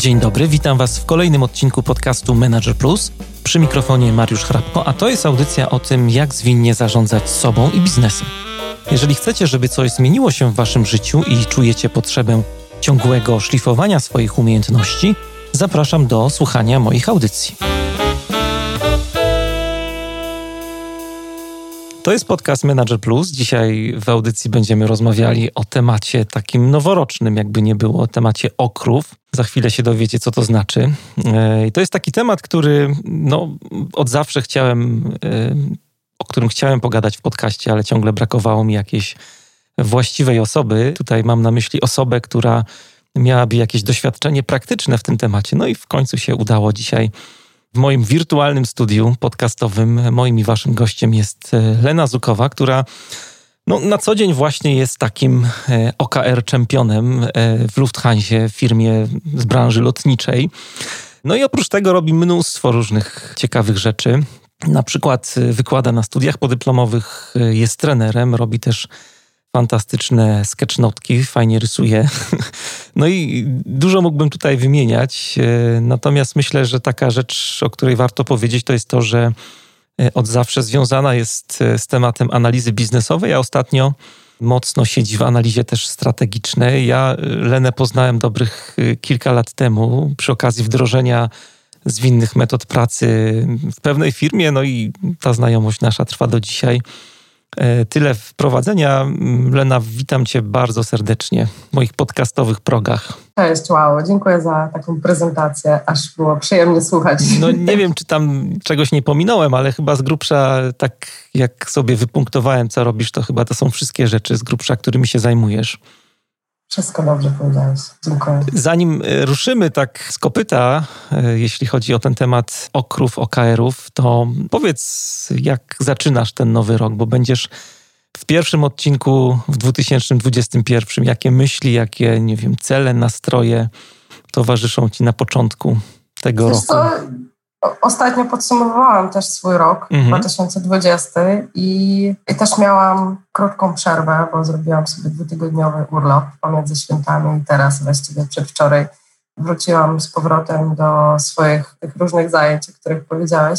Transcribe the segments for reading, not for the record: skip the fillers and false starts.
Dzień dobry, witam Was w kolejnym odcinku podcastu Manager Plus. Przy mikrofonie Mariusz Hrabko, a to jest audycja o tym, jak zwinnie zarządzać sobą i biznesem. Jeżeli chcecie, żeby coś zmieniło się w Waszym życiu i czujecie potrzebę ciągłego szlifowania swoich umiejętności, zapraszam do słuchania moich audycji. To jest podcast Manager Plus. Dzisiaj w audycji będziemy rozmawiali o temacie takim noworocznym, jakby nie było, o temacie okrów. Za chwilę się dowiecie, co to znaczy. I to jest taki temat, który od zawsze o którym chciałem pogadać w podcaście, ale ciągle brakowało mi jakiejś właściwej osoby. Tutaj mam na myśli osobę, która miałaby jakieś doświadczenie praktyczne w tym temacie. No i w końcu się udało dzisiaj. W moim wirtualnym studiu podcastowym moim i waszym gościem jest Lena Zukowa, która na co dzień właśnie jest takim OKR czempionem w Lufthansie, firmie z branży lotniczej. No i oprócz tego robi mnóstwo różnych ciekawych rzeczy. Na przykład wykłada na studiach podyplomowych, jest trenerem, robi też fantastyczne sketchnotki, fajnie rysuje. No i dużo mógłbym tutaj wymieniać, natomiast myślę, że taka rzecz, o której warto powiedzieć, to jest to, że od zawsze związana jest z tematem analizy biznesowej, a ostatnio mocno siedzi w analizie też strategicznej. Ja Lenę poznałem dobrych kilka lat temu przy okazji wdrożenia zwinnych metod pracy w pewnej firmie, no i ta znajomość nasza trwa do dzisiaj. Tyle wprowadzenia. Lena, witam Cię bardzo serdecznie w moich podcastowych progach. Cześć, wow, dziękuję za taką prezentację, aż było przyjemnie słuchać. Nie wiem, czy tam czegoś nie pominąłem, ale chyba z grubsza, tak jak sobie wypunktowałem, co robisz, to chyba to są wszystkie rzeczy z grubsza, którymi się zajmujesz. Wszystko dobrze powiedziałeś. Dziękuję. Zanim ruszymy tak z kopyta, jeśli chodzi o ten temat okrów, OKR-ów, to powiedz, jak zaczynasz ten nowy rok, bo będziesz w pierwszym odcinku w 2021. Jakie myśli, jakie, cele, nastroje towarzyszą ci na początku tego roku? Ostatnio podsumowałam też swój rok 2020 i też miałam krótką przerwę, bo zrobiłam sobie 2-tygodniowy urlop pomiędzy świętami i teraz właściwie przedwczoraj wróciłam z powrotem do swoich tych różnych zajęć, o których powiedziałeś.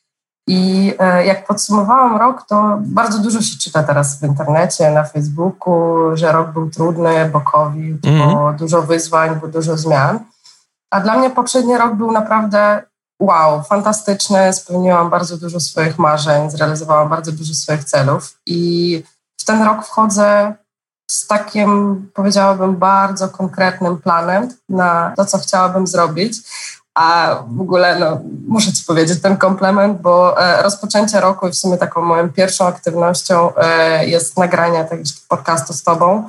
I jak podsumowałam rok, to bardzo dużo się czyta teraz w internecie, na Facebooku, że rok był trudny, bo COVID, bo dużo wyzwań, bo dużo zmian. A dla mnie poprzedni rok był naprawdę wow, fantastyczny, spełniłam bardzo dużo swoich marzeń, zrealizowałam bardzo dużo swoich celów i w ten rok wchodzę z takim, powiedziałabym, bardzo konkretnym planem na to, co chciałabym zrobić. A w ogóle, muszę Ci powiedzieć ten komplement, bo rozpoczęcie roku i w sumie taką moją pierwszą aktywnością jest nagranie tego podcastu z Tobą,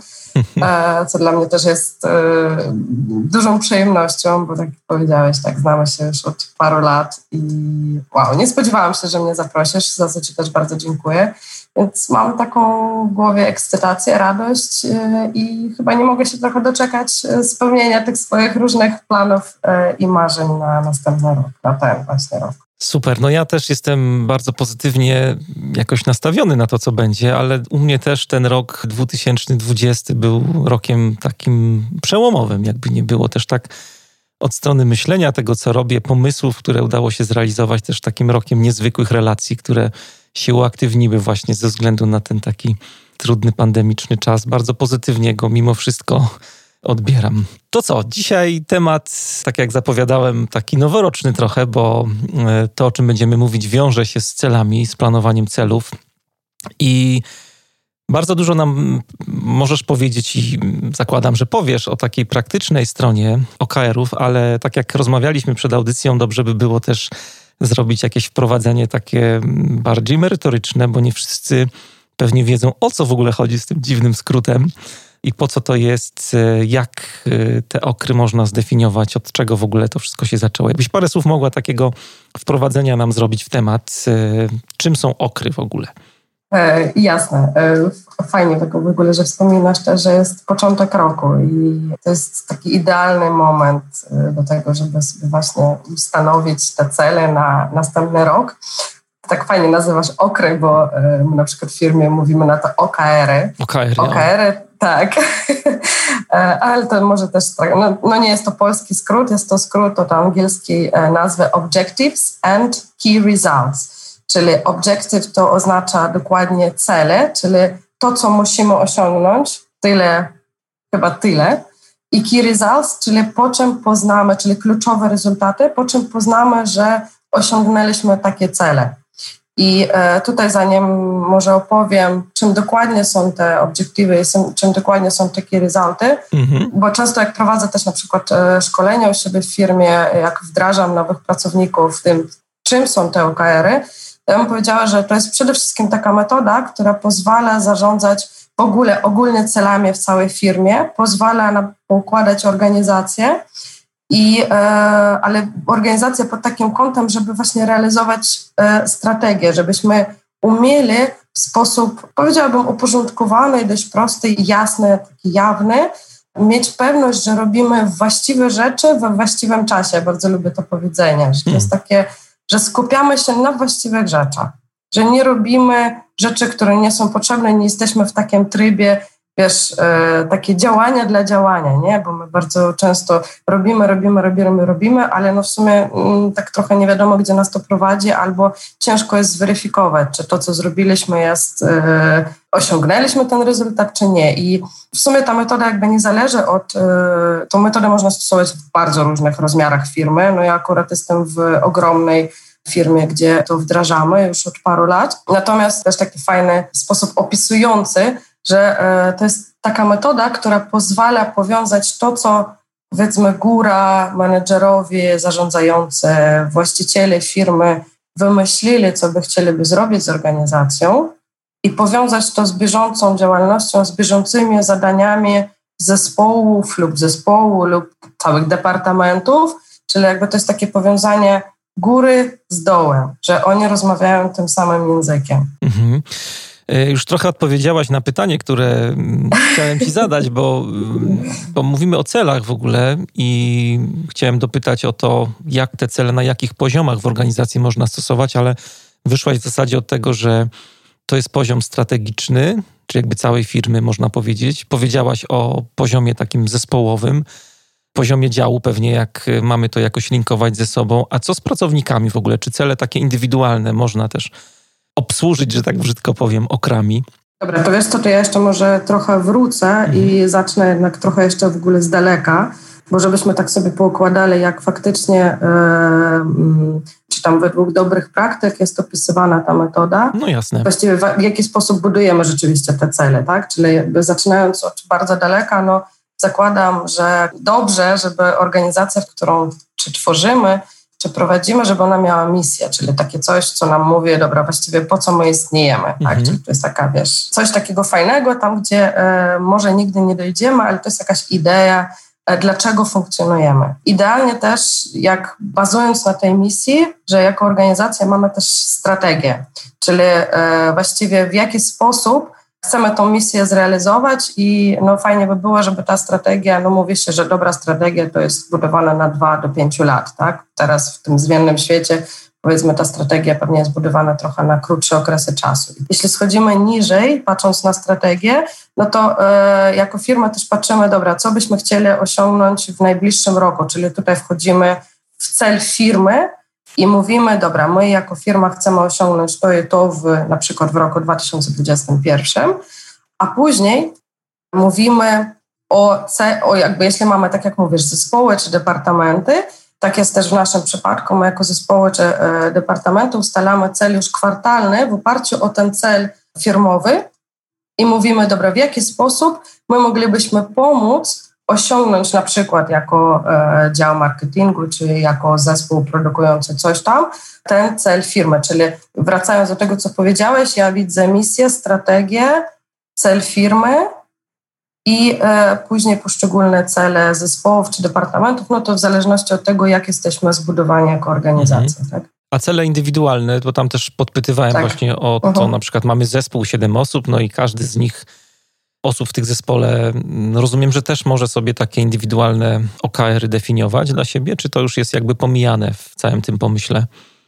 co dla mnie też jest dużą przyjemnością, bo tak jak powiedziałeś, tak znamy się już od paru lat i wow, nie spodziewałam się, że mnie zaprosisz, za co Ci też bardzo dziękuję. Więc mam taką w głowie ekscytację, radość i chyba nie mogę się trochę doczekać spełnienia tych swoich różnych planów i marzeń na następny rok, na ten właśnie rok. Super, ja też jestem bardzo pozytywnie jakoś nastawiony na to, co będzie, ale u mnie też ten rok 2020 był rokiem takim przełomowym, jakby nie było też tak od strony myślenia tego, co robię, pomysłów, które udało się zrealizować, też takim rokiem niezwykłych relacji, które się uaktywniły właśnie ze względu na ten taki trudny, pandemiczny czas. Bardzo pozytywnie go mimo wszystko odbieram. To co? Dzisiaj temat, tak jak zapowiadałem, taki noworoczny trochę, bo to, o czym będziemy mówić, wiąże się z celami, z planowaniem celów i bardzo dużo nam możesz powiedzieć i zakładam, że powiesz o takiej praktycznej stronie OKR-ów, ale tak jak rozmawialiśmy przed audycją, dobrze by było też zrobić jakieś wprowadzenie takie bardziej merytoryczne, bo nie wszyscy pewnie wiedzą, o co w ogóle chodzi z tym dziwnym skrótem i po co to jest, jak te okry można zdefiniować, od czego w ogóle to wszystko się zaczęło. Jakbyś parę słów mogła takiego wprowadzenia nam zrobić w temat, czym są okry w ogóle? Jasne. Fajnie tego w ogóle, że wspominasz też, że jest początek roku i to jest taki idealny moment do tego, żeby sobie właśnie ustanowić te cele na następny rok. tak fajnie nazywasz okry, bo my na przykład w firmie mówimy na to OKR-y. OKR-y, tak. Ale to może też, no nie jest to polski skrót, jest to skrót od angielskiej nazwy Objectives and Key Results. Czyli objective to oznacza dokładnie cele, czyli to, co musimy osiągnąć, chyba tyle. I key results, czyli po czym poznamy, czyli kluczowe rezultaty, po czym poznamy, że osiągnęliśmy takie cele. I tutaj zanim może opowiem, czym dokładnie są te obiektywy, czym dokładnie są te key resulty, bo często jak prowadzę też na przykład szkolenia u siebie w firmie, jak wdrażam nowych pracowników w tym, czym są te OKR-y, ja bym powiedziała, że to jest przede wszystkim taka metoda, która pozwala zarządzać w ogóle ogólnie celami w całej firmie, pozwala poukładać organizację, ale organizację pod takim kątem, żeby właśnie realizować strategię, żebyśmy umieli w sposób, powiedziałabym, uporządkowany, dość prosty, jasny, taki jawny, mieć pewność, że robimy właściwe rzeczy we właściwym czasie. Bardzo lubię to powiedzenie, że to jest takie, że skupiamy się na właściwych rzeczach, że nie robimy rzeczy, które nie są potrzebne, nie jesteśmy w takim trybie, takie działania dla działania, nie? Bo my bardzo często robimy, ale no w sumie tak trochę nie wiadomo, gdzie nas to prowadzi, albo ciężko jest zweryfikować, czy to, co zrobiliśmy osiągnęliśmy ten rezultat, czy nie. I w sumie ta metoda jakby nie zależy tą metodę można stosować w bardzo różnych rozmiarach firmy. No ja akurat jestem w ogromnej firmie, gdzie to wdrażamy już od paru lat. Natomiast też taki fajny sposób opisujący, że to jest taka metoda, która pozwala powiązać to, co powiedzmy góra, menedżerowie, zarządzający, właściciele firmy wymyślili, co by chcieliby zrobić z organizacją i powiązać to z bieżącą działalnością, z bieżącymi zadaniami zespołów lub całych departamentów, czyli jakby to jest takie powiązanie góry z dołem, że oni rozmawiają tym samym językiem. Mhm. Już trochę odpowiedziałaś na pytanie, które chciałem ci zadać, bo mówimy o celach w ogóle i chciałem dopytać o to, jak te cele, na jakich poziomach w organizacji można stosować, ale wyszłaś w zasadzie od tego, że to jest poziom strategiczny, czy jakby całej firmy można powiedzieć. Powiedziałaś o poziomie takim zespołowym, poziomie działu pewnie, jak mamy to jakoś linkować ze sobą. A co z pracownikami w ogóle? Czy cele takie indywidualne można też obsłużyć, że tak brzydko powiem, okrami? Dobra, to wiesz co, to ja jeszcze może trochę wrócę i zacznę jednak trochę jeszcze w ogóle z daleka, bo żebyśmy tak sobie poukładali, jak faktycznie, czy tam według dobrych praktyk jest opisywana ta metoda. No jasne. Właściwie w jaki sposób budujemy rzeczywiście te cele, tak? Czyli zaczynając od bardzo daleka, no zakładam, że dobrze, żeby organizacja, w którą czy tworzymy, czy prowadzimy, żeby ona miała misję, czyli takie coś, co nam mówi, dobra, właściwie po co my istniejemy, tak? Czyli to jest taka, coś takiego fajnego tam, gdzie może nigdy nie dojdziemy, ale to jest jakaś idea, dlaczego funkcjonujemy. Idealnie też, jak bazując na tej misji, że jako organizacja mamy też strategię, czyli właściwie w jaki sposób chcemy tą misję zrealizować i no fajnie by było, żeby ta strategia, no mówi się, że dobra strategia to jest budowana na 2 do 5 lat, tak? Teraz w tym zmiennym świecie powiedzmy ta strategia pewnie jest budowana trochę na krótsze okresy czasu. Jeśli schodzimy niżej, patrząc na strategię, no to jako firma też patrzymy, dobra, co byśmy chcieli osiągnąć w najbliższym roku, czyli tutaj wchodzimy w cel firmy i mówimy, dobra, my jako firma chcemy osiągnąć to i to na przykład w roku 2021, a później mówimy o jakby, jeśli mamy, tak jak mówisz, zespoły czy departamenty, tak jest też w naszym przypadku, my jako zespoły czy departamenty ustalamy cel już kwartalny w oparciu o ten cel firmowy i mówimy, dobra, w jaki sposób my moglibyśmy pomóc osiągnąć na przykład jako dział marketingu, czy jako zespół produkujący coś tam, ten cel firmy. Czyli wracając do tego, co powiedziałeś, ja widzę misję, strategię, cel firmy i później poszczególne cele zespołów czy departamentów, no to w zależności od tego, jak jesteśmy zbudowani jako organizacja. Tak? A cele indywidualne, bo tam też podpytywałem właśnie o to, na przykład mamy zespół 7 osób, no i każdy z nich osób w tych zespole, rozumiem, że też może sobie takie indywidualne OKR-y definiować dla siebie, czy to już jest jakby pomijane w całym tym pomyśle?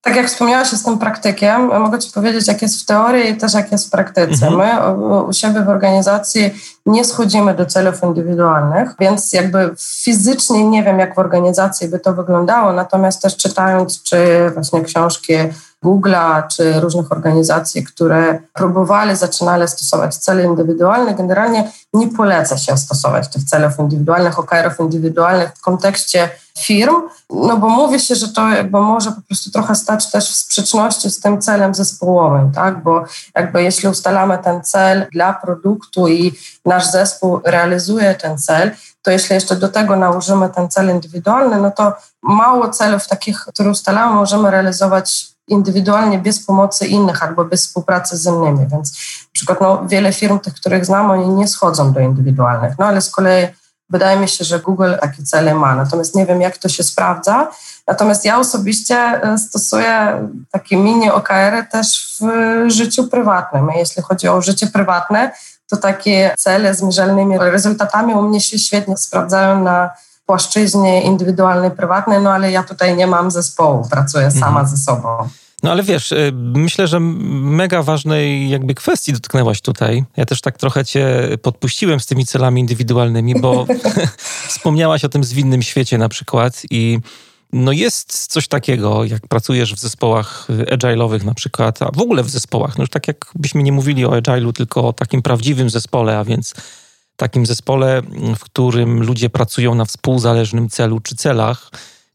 Tak jak wspomniałaś, jestem praktykiem. Mogę Ci powiedzieć, jak jest w teorii i też jak jest w praktyce. My u siebie w organizacji nie schodzimy do celów indywidualnych, więc jakby fizycznie nie wiem, jak w organizacji by to wyglądało, natomiast też czytając czy właśnie książki Google'a, czy różnych organizacji, które zaczynali stosować cele indywidualne, generalnie nie poleca się stosować tych celów indywidualnych, OKR-ów indywidualnych w kontekście firm, no bo mówi się, że to jakby może po prostu trochę stać też w sprzeczności z tym celem zespołowym, tak? Bo jakby jeśli ustalamy ten cel dla produktu i nasz zespół realizuje ten cel, to jeśli jeszcze do tego nałożymy ten cel indywidualny, no to mało celów takich, które ustalamy, możemy realizować indywidualnie bez pomocy innych albo bez współpracy z innymi. Więc na przykład wiele firm, tych, których znam, oni nie schodzą do indywidualnych. No ale z kolei wydaje mi się, że Google takie cele ma. Natomiast nie wiem, jak to się sprawdza. Natomiast ja osobiście stosuję takie mini OKR-y też w życiu prywatnym. Jeśli chodzi o życie prywatne, to takie cele z mierzalnymi rezultatami u mnie się świetnie sprawdzają na płaszczyźnie indywidualnej, prywatnej, no ale ja tutaj nie mam zespołu, pracuję sama ze sobą. No ale wiesz, myślę, że mega ważnej jakby kwestii dotknęłaś tutaj. Ja też tak trochę cię podpuściłem z tymi celami indywidualnymi, bo wspomniałaś o tym zwinnym świecie na przykład i no jest coś takiego, jak pracujesz w zespołach agile'owych na przykład, a w ogóle w zespołach, no już tak jakbyśmy nie mówili o agile'u, tylko o takim prawdziwym zespole, a więc takim zespole, w którym ludzie pracują na współzależnym celu czy celach.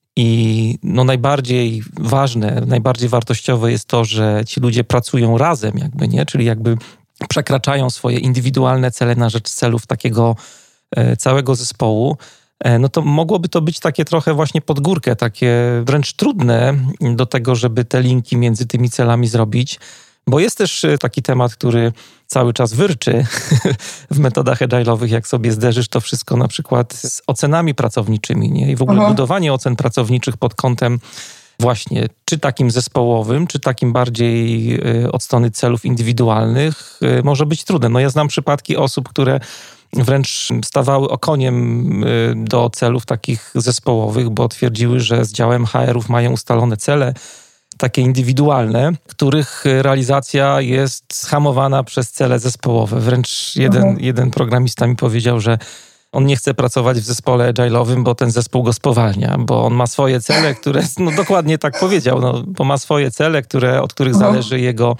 I no najbardziej ważne, najbardziej wartościowe jest to, że ci ludzie pracują razem jakby, nie? Czyli jakby przekraczają swoje indywidualne cele na rzecz celów takiego całego zespołu. No to mogłoby to być takie trochę właśnie pod górkę, takie wręcz trudne do tego, żeby te linki między tymi celami zrobić. Bo jest też taki temat, który cały czas wyrczy w metodach agile'owych, jak sobie zderzysz to wszystko na przykład z ocenami pracowniczymi, nie? I w ogóle budowanie ocen pracowniczych pod kątem właśnie czy takim zespołowym, czy takim bardziej od strony celów indywidualnych może być trudne. No ja znam przypadki osób, które wręcz stawały okoniem do celów takich zespołowych, bo twierdziły, że z działem HR-ów mają ustalone cele takie indywidualne, których realizacja jest hamowana przez cele zespołowe. Wręcz jeden programista mi powiedział, że on nie chce pracować w zespole agile'owym, bo ten zespół go spowalnia, bo on ma swoje cele, które, no dokładnie tak powiedział, no, bo ma swoje cele, od których zależy jego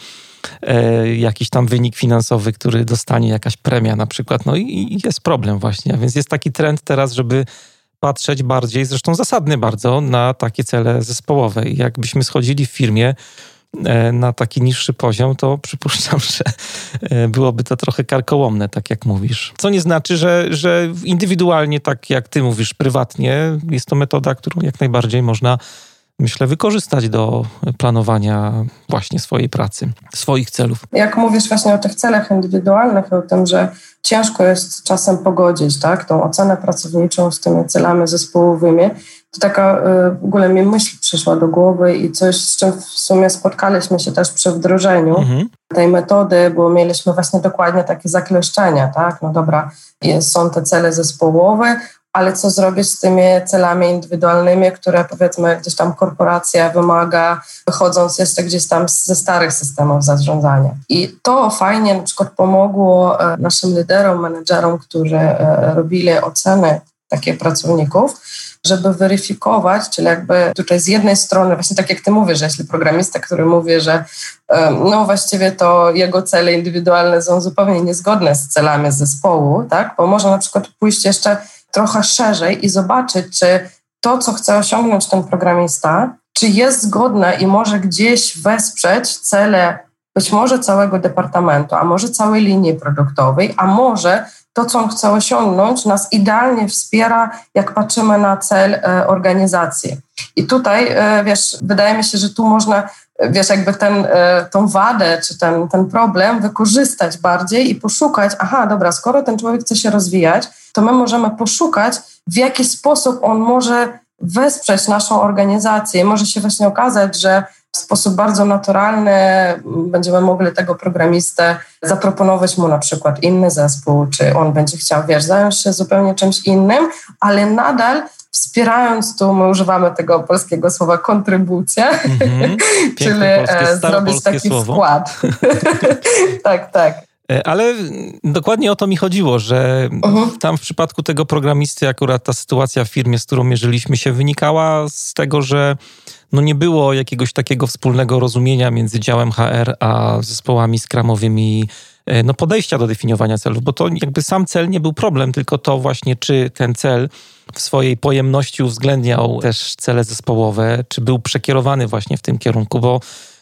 jakiś tam wynik finansowy, który dostanie jakaś premia na przykład. No i jest problem właśnie. A więc jest taki trend teraz, żeby patrzeć bardziej, zresztą zasadny bardzo, na takie cele zespołowe. I jakbyśmy schodzili w firmie na taki niższy poziom, to przypuszczam, że byłoby to trochę karkołomne, tak jak mówisz. Co nie znaczy, że indywidualnie, tak jak ty mówisz, prywatnie, jest to metoda, którą jak najbardziej można, myślę, wykorzystać do planowania właśnie swojej pracy, swoich celów. Jak mówisz właśnie o tych celach indywidualnych, o tym, że ciężko jest czasem pogodzić, tak, tą ocenę pracowniczą z tymi celami zespołowymi, to taka w ogóle mi myśl przyszła do głowy i coś, z czym w sumie spotkaliśmy się też przy wdrożeniu tej metody, bo mieliśmy właśnie dokładnie takie zakleszczenia, tak, no dobra, są te cele zespołowe, ale co zrobić z tymi celami indywidualnymi, które powiedzmy gdzieś tam korporacja wymaga, wychodząc jeszcze gdzieś tam ze starych systemów zarządzania. I to fajnie na przykład pomogło naszym liderom, menedżerom, którzy robili oceny takich pracowników, żeby weryfikować, czyli jakby tutaj z jednej strony, właśnie tak jak ty mówisz, że jeśli programista, który mówi, że no właściwie to jego cele indywidualne są zupełnie niezgodne z celami zespołu, tak, bo może na przykład pójść jeszcze trochę szerzej i zobaczyć, czy to, co chce osiągnąć ten programista, czy jest zgodne i może gdzieś wesprzeć cele być może całego departamentu, a może całej linii produktowej, a może to, co on chce osiągnąć, nas idealnie wspiera, jak patrzymy na cel organizacji. I tutaj, wiesz, wydaje mi się, że tu można, wiesz, jakby tą wadę czy ten problem wykorzystać bardziej i poszukać, aha, dobra, skoro ten człowiek chce się rozwijać, to my możemy poszukać, w jaki sposób on może wesprzeć naszą organizację. Może się właśnie okazać, że w sposób bardzo naturalny będziemy mogli tego programistę zaproponować mu na przykład inny zespół, czy on będzie chciał, wiesz, zająć się zupełnie czymś innym, ale nadal w wspierając tu, my używamy tego polskiego słowa kontrybucja, czyli zrobić taki wkład. Tak. Ale dokładnie o to mi chodziło, że tam w przypadku tego programisty akurat ta sytuacja w firmie, z którą mierzyliśmy się, wynikała z tego, że nie było jakiegoś takiego wspólnego rozumienia między działem HR a zespołami scrumowymi, podejścia do definiowania celów, bo to jakby sam cel nie był problem, tylko to właśnie, czy ten cel w swojej pojemności uwzględniał też cele zespołowe, czy był przekierowany właśnie w tym kierunku, bo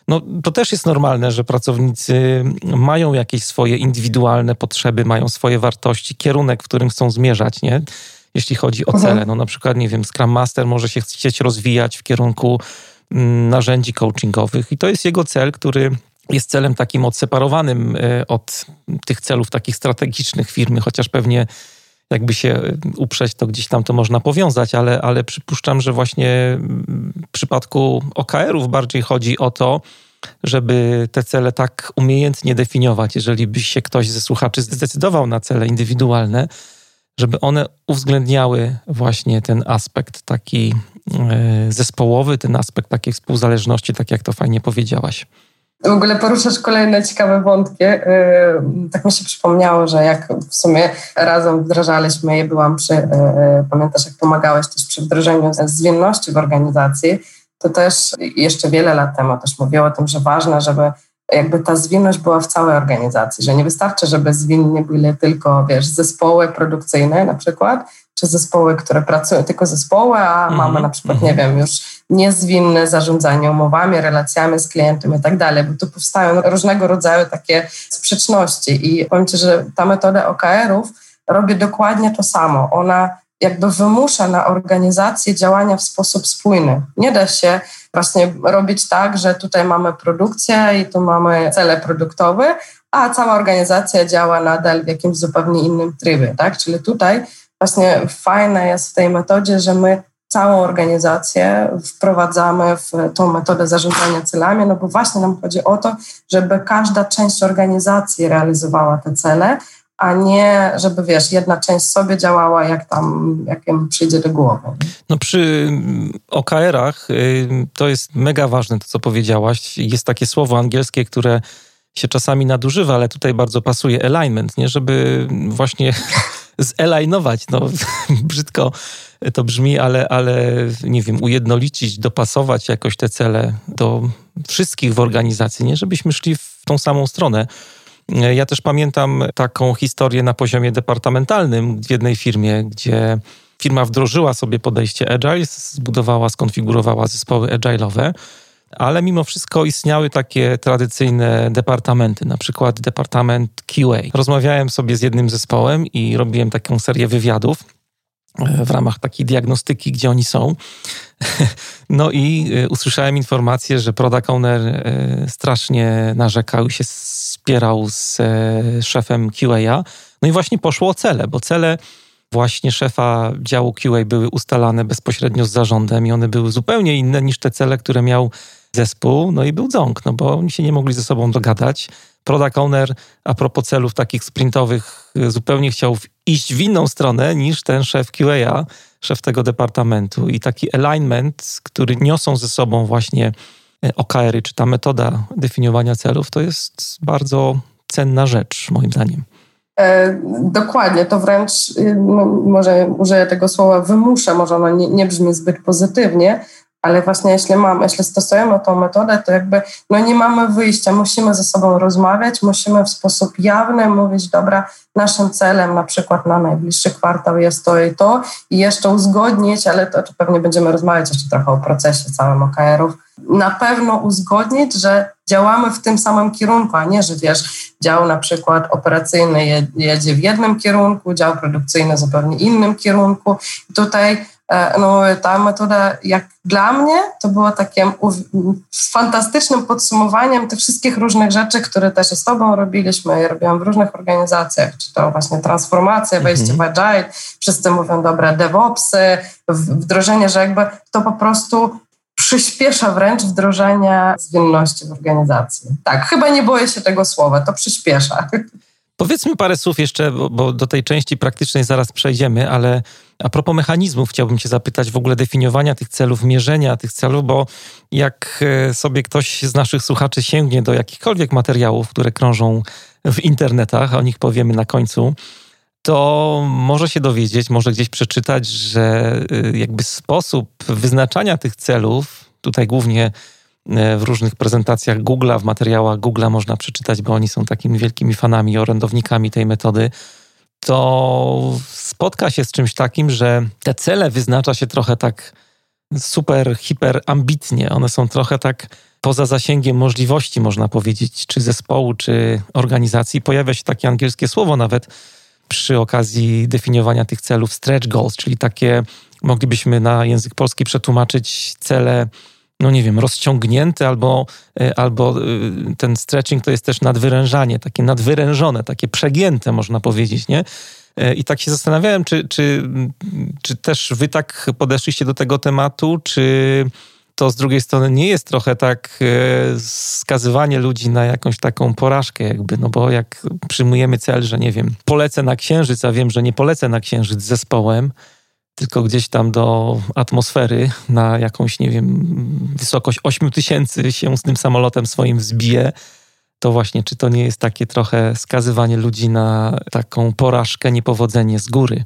to też jest normalne, że pracownicy mają jakieś swoje indywidualne potrzeby, mają swoje wartości, kierunek, w którym chcą zmierzać, nie? Jeśli chodzi o cele. Na przykład, nie wiem, Scrum Master może się chcieć rozwijać w kierunku narzędzi coachingowych i to jest jego cel, który jest celem takim odseparowanym od tych celów takich strategicznych firmy, chociaż pewnie jakby się uprzeć, to gdzieś tam to można powiązać, ale przypuszczam, że właśnie w przypadku OKR-ów bardziej chodzi o to, żeby te cele tak umiejętnie definiować, jeżeli by się ktoś ze słuchaczy zdecydował na cele indywidualne, żeby one uwzględniały właśnie ten aspekt taki zespołowy, ten aspekt takiej współzależności, tak jak to fajnie powiedziałaś. W ogóle poruszasz kolejne ciekawe wątki. Tak mi się przypomniało, że jak w sumie razem wdrażaliśmy je, pamiętasz, jak pomagałeś też przy wdrożeniu zwinności w organizacji, to też jeszcze wiele lat temu też mówiło o tym, że ważne, żeby jakby ta zwinność była w całej organizacji, że nie wystarczy, żeby zwinni byli tylko, zespoły produkcyjne na przykład, czy zespoły, które pracują, tylko zespoły, a mamy na przykład, już niezwinne zarządzanie umowami, relacjami z klientem i tak dalej, bo tu powstają różnego rodzaju takie sprzeczności i powiem Ci, że ta metoda OKR-ów robi dokładnie to samo. Ona jakby wymusza na organizacji działania w sposób spójny. Nie da się właśnie robić tak, że tutaj mamy produkcję i tu mamy cele produktowe, a cała organizacja działa nadal w jakimś zupełnie innym trybie, tak? Czyli tutaj właśnie fajne jest w tej metodzie, że my całą organizację wprowadzamy w tą metodę zarządzania celami, bo właśnie nam chodzi o to, żeby każda część organizacji realizowała te cele, a nie, żeby jedna część sobie działała, jak im przyjdzie do głowy. Przy OKR-ach to jest mega ważne to, co powiedziałaś. Jest takie słowo angielskie, które się czasami nadużywa, ale tutaj bardzo pasuje alignment, nie? Żeby właśnie zelajnować, brzydko to brzmi, ale nie wiem, ujednolicić, dopasować jakoś te cele do wszystkich w organizacji, nie? Żebyśmy szli w tą samą stronę. Ja też pamiętam taką historię na poziomie departamentalnym w jednej firmie, gdzie firma wdrożyła sobie podejście Agile, zbudowała, skonfigurowała zespoły agile'owe, ale mimo wszystko istniały takie tradycyjne departamenty, na przykład departament QA. Rozmawiałem sobie z jednym zespołem i robiłem taką serię wywiadów w ramach takiej diagnostyki, gdzie oni są. I usłyszałem informację, że product owner strasznie narzekał i się spierał z szefem QA. I właśnie poszło o cele, bo cele właśnie szefa działu QA były ustalane bezpośrednio z zarządem i one były zupełnie inne niż te cele, które miał zespół. I był dząk, bo oni się nie mogli ze sobą dogadać. Product owner a propos celów takich sprintowych zupełnie chciał iść w inną stronę niż ten szef QA, szef tego departamentu. I taki alignment, który niosą ze sobą właśnie OKR-y, czy ta metoda definiowania celów, to jest bardzo cenna rzecz, moim zdaniem. Dokładnie, to wręcz, może użyję tego słowa wymusza, może ono nie brzmi zbyt pozytywnie, ale właśnie jeśli stosujemy tą metodę, to jakby nie mamy wyjścia, musimy ze sobą rozmawiać, musimy w sposób jawny mówić, dobra, naszym celem na przykład na najbliższy kwartał jest to i jeszcze uzgodnić, ale to pewnie będziemy rozmawiać jeszcze trochę o procesie całym OKR-ów, na pewno uzgodnić, że działamy w tym samym kierunku, a nie, że dział na przykład operacyjny jedzie w jednym kierunku, dział produkcyjny w zupełnie innym kierunku. I tutaj ta metoda, jak dla mnie, to było takim fantastycznym podsumowaniem tych wszystkich różnych rzeczy, które też z Tobą robiliśmy. Ja robiłam w różnych organizacjach, czy to właśnie transformacja, wejście w Agile, wszyscy mówią, dobra, DevOpsy, wdrożenie, że jakby to po prostu przyspiesza wręcz wdrożenie zwinności w organizacji. Tak, chyba nie boję się tego słowa, to przyspiesza. Powiedzmy parę słów jeszcze, bo do tej części praktycznej zaraz przejdziemy, ale a propos mechanizmów chciałbym cię zapytać w ogóle definiowania tych celów, mierzenia tych celów, bo jak sobie ktoś z naszych słuchaczy sięgnie do jakichkolwiek materiałów, które krążą w internetach, o nich powiemy na końcu, to może się dowiedzieć, może gdzieś przeczytać, że jakby sposób wyznaczania tych celów, tutaj głównie w różnych prezentacjach Google'a, w materiałach Google'a można przeczytać, bo oni są takimi wielkimi fanami, orędownikami tej metody, to spotka się z czymś takim, że te cele wyznacza się trochę tak super, hiper ambitnie. One są trochę tak poza zasięgiem możliwości, można powiedzieć, czy zespołu, czy organizacji. Pojawia się takie angielskie słowo nawet przy okazji definiowania tych celów, stretch goals, czyli takie, moglibyśmy na język polski przetłumaczyć cele, no nie wiem, rozciągnięte albo ten stretching to jest też nadwyrężanie, takie nadwyrężone, takie przegięte, można powiedzieć, nie? I tak się zastanawiałem, czy też wy tak podeszliście do tego tematu, czy to z drugiej strony nie jest trochę tak skazywanie ludzi na jakąś taką porażkę jakby, no bo jak przyjmujemy cel, że nie wiem, polecę na Księżyc, a wiem, że nie polecę na Księżyc z zespołem, tylko gdzieś tam do atmosfery na jakąś, nie wiem, wysokość 8000 się z tym samolotem swoim wzbije, to właśnie, czy to nie jest takie trochę skazywanie ludzi na taką porażkę, niepowodzenie z góry?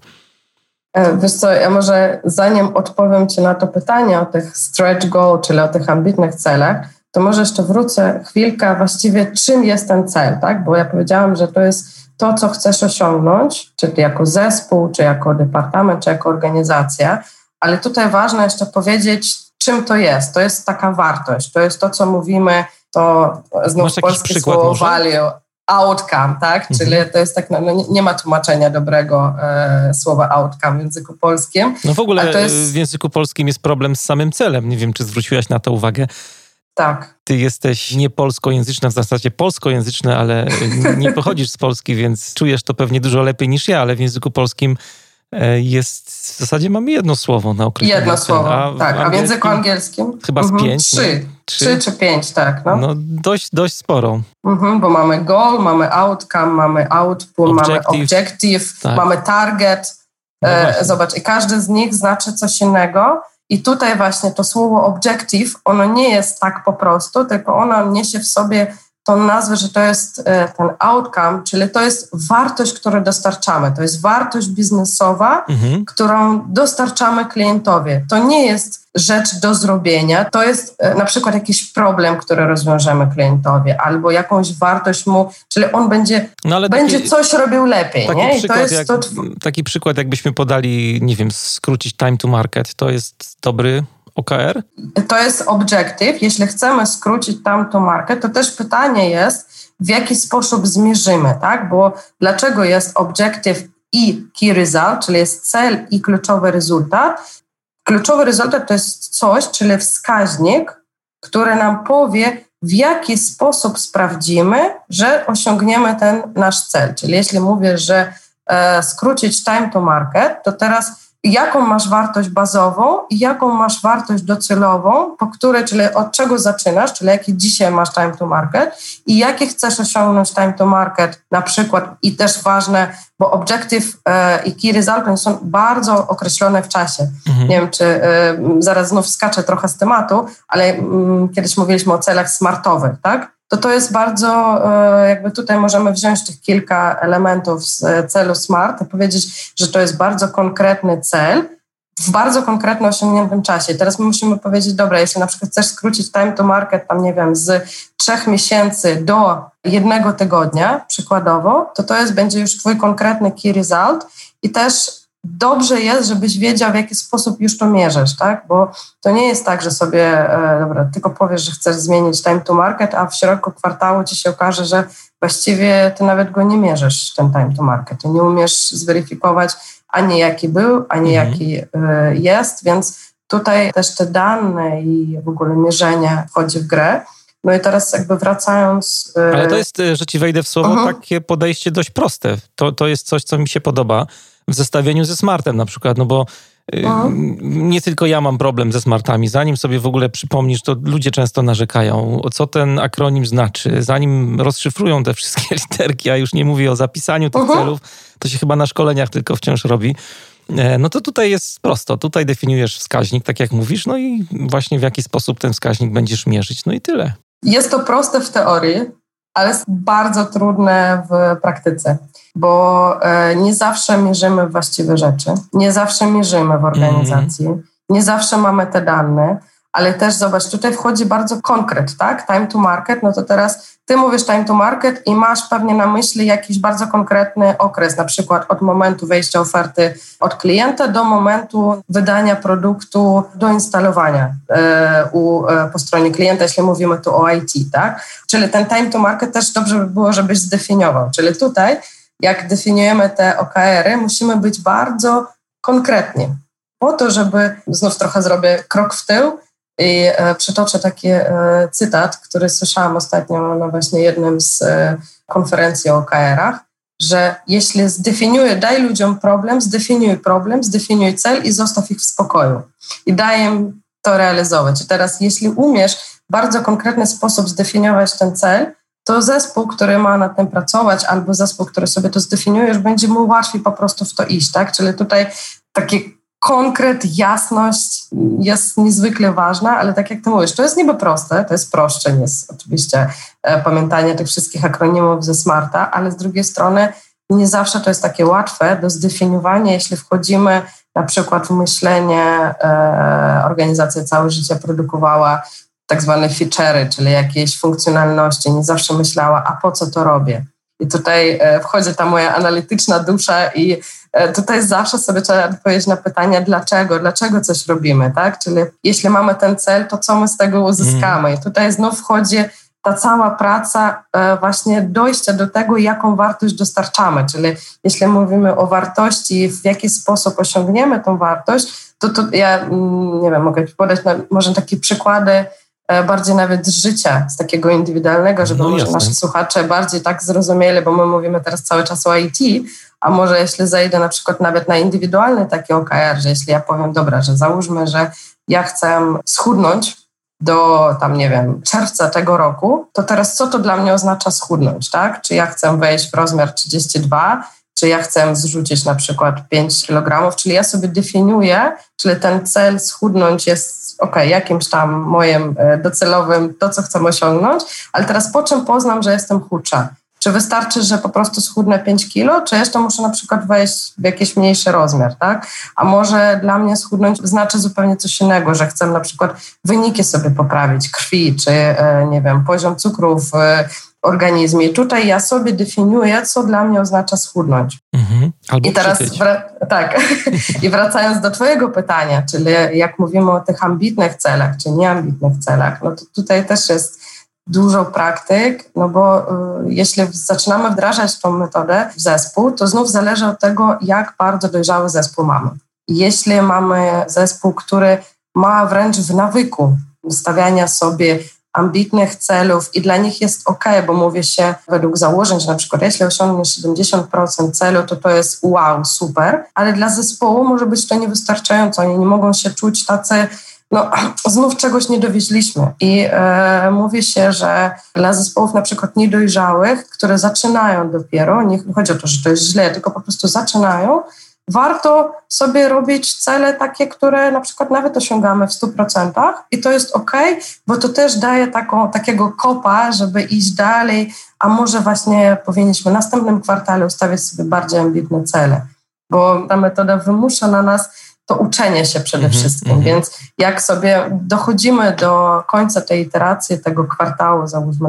Wiesz co, ja może zanim odpowiem ci na to pytanie o tych stretch goal, czyli o tych ambitnych celach, to może jeszcze wrócę chwilkę właściwie czym jest ten cel, tak? Bo ja powiedziałam, że to jest to, co chcesz osiągnąć, czy ty jako zespół, czy jako departament, czy jako organizacja, ale tutaj ważne jeszcze powiedzieć, czym to jest. To jest taka wartość, to jest to, co mówimy, to znów polskie słowo value, outcome, tak? Czyli to jest tak, nie ma tłumaczenia dobrego słowa outcome w języku polskim. No w ogóle w języku polskim jest problem z samym celem. Nie wiem, czy zwróciłaś na to uwagę. Tak. Ty jesteś nie polskojęzyczna, w zasadzie polskojęzyczna, ale nie pochodzisz z Polski, więc czujesz to pewnie dużo lepiej niż ja, ale w języku polskim jest, w zasadzie mamy jedno słowo na określenie. Jedno słowo, tak. A w języku angielskim? Chyba z 5. 3 czy 5, tak. No dość sporo. Bo mamy goal, mamy outcome, mamy output, mamy objective, tak. Mamy target. No zobacz, i każdy z nich znaczy coś innego. I tutaj właśnie to słowo objective, ono nie jest tak po prostu, tylko ono niesie w sobie tą nazwę, że to jest ten outcome, czyli to jest wartość, którą dostarczamy. To jest wartość biznesowa, którą dostarczamy klientowi. To nie jest rzecz do zrobienia, to jest na przykład jakiś problem, który rozwiążemy klientowi, albo jakąś wartość mu, czyli on będzie coś robił lepiej. Nie? I to jest taki przykład, jakbyśmy podali, nie wiem, skrócić time to market, to jest dobry OKR? To jest objective. Jeśli chcemy skrócić time to market, to też pytanie jest, w jaki sposób zmierzymy, tak? Bo dlaczego jest objective i key result, czyli jest cel i kluczowy rezultat. Kluczowy rezultat to jest coś, czyli wskaźnik, który nam powie, w jaki sposób sprawdzimy, że osiągniemy ten nasz cel. Czyli jeśli mówię, że skrócić time to market, to teraz jaką masz wartość bazową i jaką masz wartość docelową, po której, czyli od czego zaczynasz, czyli jaki dzisiaj masz time to market i jaki chcesz osiągnąć time to market na przykład i też ważne, bo objective i key result są bardzo określone w czasie. Nie wiem, czy zaraz znów skaczę trochę z tematu, ale kiedyś mówiliśmy o celach smartowych, tak? To jest bardzo, jakby tutaj możemy wziąć tych kilka elementów z celu SMART i powiedzieć, że to jest bardzo konkretny cel w bardzo konkretnie osiągniętym czasie. Teraz my musimy powiedzieć, dobra, jeśli na przykład chcesz skrócić time to market, tam nie wiem, z 3 miesięcy do 1 tygodnia przykładowo, to będzie już twój konkretny key result i też dobrze jest, żebyś wiedział, w jaki sposób już to mierzysz, tak? Bo to nie jest tak, że sobie, tylko powiesz, że chcesz zmienić time to market, a w środku kwartału ci się okaże, że właściwie ty nawet go nie mierzysz, ten time to market. I nie umiesz zweryfikować ani jaki był, ani jaki jest, więc tutaj też te dane i w ogóle mierzenie wchodzi w grę. No i teraz jakby wracając... Ale to jest, że ci wejdę w słowo, takie podejście dość proste. To jest coś, co mi się podoba w zestawieniu ze Smartem na przykład, no bo Nie tylko ja mam problem ze smartami. Zanim sobie w ogóle przypomnisz, to ludzie często narzekają, co ten akronim znaczy. Zanim rozszyfrują te wszystkie literki, a już nie mówię o zapisaniu tych celów, to się chyba na szkoleniach tylko wciąż robi. No to tutaj jest prosto. Tutaj definiujesz wskaźnik, tak jak mówisz, no i właśnie w jaki sposób ten wskaźnik będziesz mierzyć. No i tyle. Jest to proste w teorii, ale jest bardzo trudne w praktyce, bo nie zawsze mierzymy właściwe rzeczy, nie zawsze mierzymy w organizacji, nie zawsze mamy te dane, ale też zobacz, tutaj wchodzi bardzo konkret, tak? Time to market, no to teraz ty mówisz time to market i masz pewnie na myśli jakiś bardzo konkretny okres, na przykład od momentu wejścia oferty od klienta do momentu wydania produktu, do instalowania po stronie klienta, jeśli mówimy tu o IT, tak? Czyli ten time to market też dobrze by było, żebyś zdefiniował. Czyli tutaj, jak definiujemy te OKR-y, musimy być bardzo konkretni po to, żeby, znów trochę zrobię krok w tył, i przytoczę taki cytat, który słyszałam ostatnio na właśnie jednym z konferencji o OKR-ach, że jeśli daj ludziom problem, zdefiniuj cel i zostaw ich w spokoju. I daj im to realizować. I teraz jeśli umiesz w bardzo konkretny sposób zdefiniować ten cel, to zespół, który ma nad tym pracować, albo zespół, który sobie to zdefiniujesz, będzie mu łatwiej po prostu w to iść, tak? Czyli tutaj taki konkret, jasność jest niezwykle ważna, ale tak jak ty mówisz, to jest niby proste, to jest prostsze niż oczywiście pamiętanie tych wszystkich akronimów ze Smarta, ale z drugiej strony nie zawsze to jest takie łatwe do zdefiniowania, jeśli wchodzimy na przykład w myślenie, organizacja całe życie produkowała tak zwane feature'y, czyli jakieś funkcjonalności, nie zawsze myślała, a po co to robię? I tutaj wchodzi ta moja analityczna dusza i tutaj zawsze sobie trzeba odpowiedzieć na pytania dlaczego coś robimy, tak? Czyli jeśli mamy ten cel, to co my z tego uzyskamy? I tutaj znów wchodzi ta cała praca właśnie dojścia do tego, jaką wartość dostarczamy. Czyli jeśli mówimy o wartości, w jaki sposób osiągniemy tą wartość, to ja nie wiem, mogę podać może takie przykłady bardziej nawet z życia, z takiego indywidualnego, żeby może nasi słuchacze bardziej tak zrozumieli, bo my mówimy teraz cały czas o IT, a może jeśli zejdę na przykład nawet na indywidualny taki OKR, że jeśli ja powiem, dobra, że załóżmy, że ja chcę schudnąć do tam, nie wiem, czerwca tego roku, to teraz co to dla mnie oznacza schudnąć, tak? Czy ja chcę wejść w rozmiar 32, czy ja chcę zrzucić na przykład 5 kg, czyli ja sobie definiuję, czyli ten cel schudnąć jest jakimś tam moim docelowym, to co chcę osiągnąć, ale teraz po czym poznam, że jestem chudsza? Czy wystarczy, że po prostu schudnę 5 kilo, czy jeszcze muszę na przykład wejść w jakiś mniejszy rozmiar, tak? A może dla mnie schudnąć znaczy zupełnie coś innego, że chcę na przykład wyniki sobie poprawić krwi, czy nie wiem, poziom cukru w organizmie. Tutaj ja sobie definiuję, co dla mnie oznacza schudnąć. Albo i teraz tak. I wracając do twojego pytania, czyli jak mówimy o tych ambitnych celach, czy nieambitnych celach, no to tutaj też jest dużo praktyk, no bo jeśli zaczynamy wdrażać tą metodę w zespół, to znów zależy od tego, jak bardzo dojrzały zespół mamy. Jeśli mamy zespół, który ma wręcz w nawyku stawiania sobie ambitnych celów i dla nich jest bo mówi się według założeń, że na przykład jeśli osiągniesz 70% celu, to jest wow, super, ale dla zespołu może być to niewystarczająco. Oni nie mogą się czuć tacy, znów czegoś nie dowieźliśmy. I mówi się, że dla zespołów na przykład niedojrzałych, które zaczynają dopiero, nie chodzi o to, że to jest źle, tylko po prostu zaczynają, warto sobie robić cele takie, które na przykład nawet osiągamy w 100% i to jest bo to też daje takiego kopa, żeby iść dalej, a może właśnie powinniśmy w następnym kwartale ustawić sobie bardziej ambitne cele, bo ta metoda wymusza na nas to uczenie się przede wszystkim, więc jak sobie dochodzimy do końca tej iteracji, tego kwartału, załóżmy,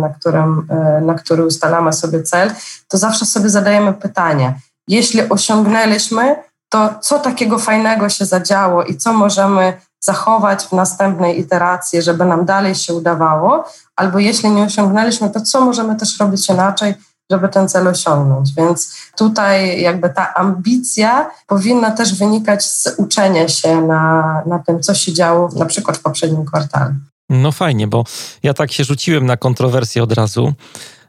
na który ustalamy sobie cel, to zawsze sobie zadajemy pytanie, jeśli osiągnęliśmy, to co takiego fajnego się zadziało i co możemy zachować w następnej iteracji, żeby nam dalej się udawało, albo jeśli nie osiągnęliśmy, to co możemy też robić inaczej, żeby ten cel osiągnąć. Więc tutaj jakby ta ambicja powinna też wynikać z uczenia się na tym, co się działo na przykład w poprzednim kwartale. No fajnie, bo ja tak się rzuciłem na kontrowersję od razu,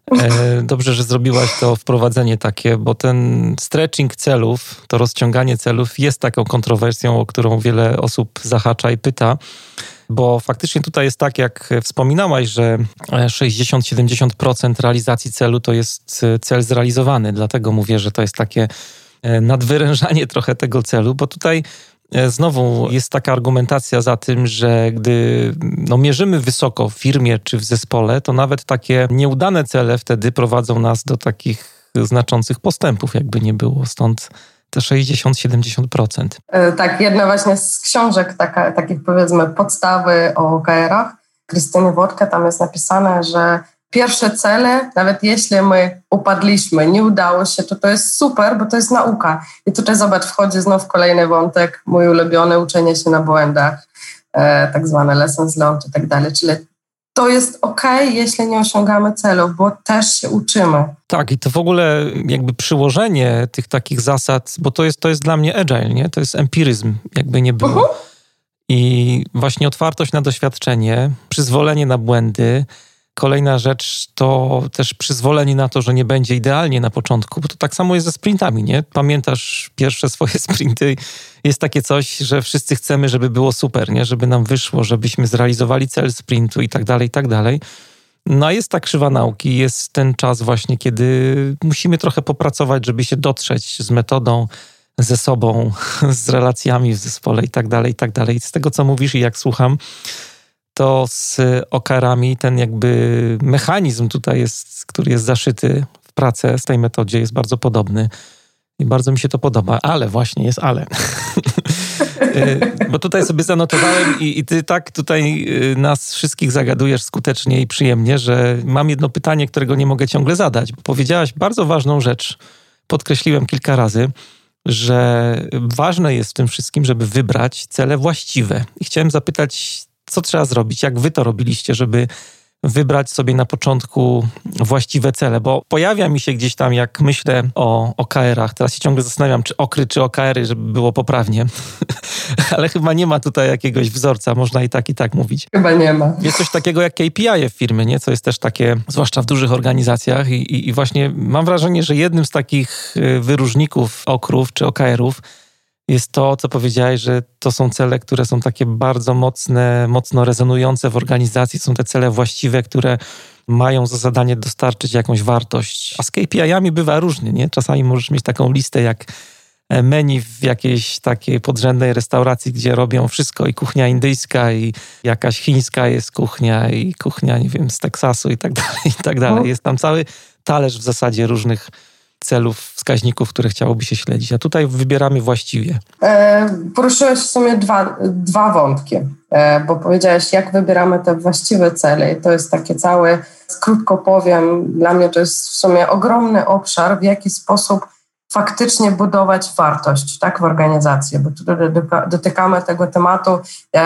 Dobrze, że zrobiłaś to wprowadzenie takie, bo ten stretching celów, to rozciąganie celów jest taką kontrowersją, o którą wiele osób zahacza i pyta, bo faktycznie tutaj jest tak, jak wspominałaś, że 60-70% realizacji celu to jest cel zrealizowany. Dlatego mówię, że to jest takie nadwyrężanie trochę tego celu, bo tutaj znowu jest taka argumentacja za tym, że gdy mierzymy wysoko w firmie czy w zespole, to nawet takie nieudane cele wtedy prowadzą nas do takich znaczących postępów, jakby nie było. Stąd te 60-70%. Tak, jedna właśnie z książek, takich powiedzmy podstawy o OKR-ach, Krystyny Wodka, tam jest napisane, że pierwsze cele, nawet jeśli my upadliśmy, nie udało się, to jest super, bo to jest nauka. I tutaj zobacz, wchodzi znów kolejny wątek, mój ulubiony, uczenie się na błędach, tak zwane lessons learned i tak dalej. Czyli to jest okej, jeśli nie osiągamy celów, bo też się uczymy. Tak, i to w ogóle jakby przyłożenie tych takich zasad, bo to jest dla mnie agile, nie? To jest empiryzm, jakby nie było. I właśnie otwartość na doświadczenie, przyzwolenie na błędy. Kolejna rzecz to też przyzwolenie na to, że nie będzie idealnie na początku, bo to tak samo jest ze sprintami, nie? Pamiętasz pierwsze swoje sprinty, jest takie coś, że wszyscy chcemy, żeby było super, nie? Żeby nam wyszło, żebyśmy zrealizowali cel sprintu i tak dalej, i tak dalej. No a jest ta krzywa nauki, jest ten czas właśnie, kiedy musimy trochę popracować, żeby się dotrzeć z metodą, ze sobą, z relacjami w zespole i tak dalej, i tak dalej. Z tego, co mówisz i jak słucham, to z OKR-ami ten jakby mechanizm tutaj jest, który jest zaszyty w pracę z tej metodzie, jest bardzo podobny i bardzo mi się to podoba, ale właśnie jest ale. Bo tutaj sobie zanotowałem i ty tak tutaj nas wszystkich zagadujesz skutecznie i przyjemnie, że mam jedno pytanie, którego nie mogę ciągle zadać, bo powiedziałaś bardzo ważną rzecz, podkreśliłem kilka razy, że ważne jest w tym wszystkim, żeby wybrać cele właściwe. I chciałem zapytać, co trzeba zrobić? Jak wy to robiliście, żeby wybrać sobie na początku właściwe cele? Bo pojawia mi się gdzieś tam, jak myślę o OKR-ach, teraz się ciągle zastanawiam, czy okry, czy OKR-y, żeby było poprawnie. Ale chyba nie ma tutaj jakiegoś wzorca, można i tak mówić. Chyba nie ma. Jest coś takiego jak KPI w firmy, nie? Co jest też takie, zwłaszcza w dużych organizacjach i właśnie mam wrażenie, że jednym z takich wyróżników okrów czy OKR-ów jest to, co powiedziałeś, że to są cele, które są takie bardzo mocno rezonujące w organizacji. Są te cele właściwe, które mają za zadanie dostarczyć jakąś wartość. A z KPI-ami bywa różnie, nie? Czasami możesz mieć taką listę jak menu w jakiejś takiej podrzędnej restauracji, gdzie robią wszystko i kuchnia indyjska i jakaś chińska jest kuchnia i kuchnia, nie wiem, z Teksasu i tak dalej, i tak dalej. Jest tam cały talerz w zasadzie różnych celów, wskaźników, które chciałoby się śledzić. A tutaj wybieramy właściwie. Poruszyłeś w sumie dwa wątki, bo powiedziałeś, jak wybieramy te właściwe cele. I to jest takie całe, krótko powiem, dla mnie to jest w sumie ogromny obszar, w jaki sposób faktycznie budować wartość, tak, w organizacji, bo tutaj dotykamy tego tematu.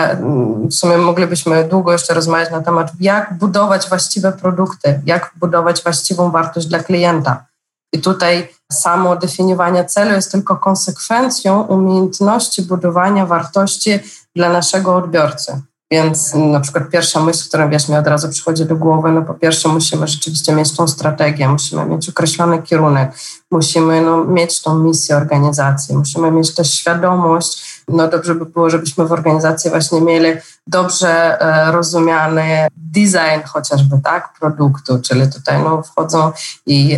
W sumie moglibyśmy długo jeszcze rozmawiać na temat, jak budować właściwe produkty, jak budować właściwą wartość dla klienta. I tutaj samo definiowanie celu jest tylko konsekwencją umiejętności budowania wartości dla naszego odbiorcy. Więc na przykład pierwsza myśl, która mi od razu przychodzi do głowy, no po pierwsze musimy rzeczywiście mieć tą strategię, musimy mieć określony kierunek, musimy mieć tą misję organizacji, musimy mieć też świadomość, dobrze by było, żebyśmy w organizacji właśnie mieli dobrze rozumiany design chociażby, tak, produktu, czyli tutaj wchodzą i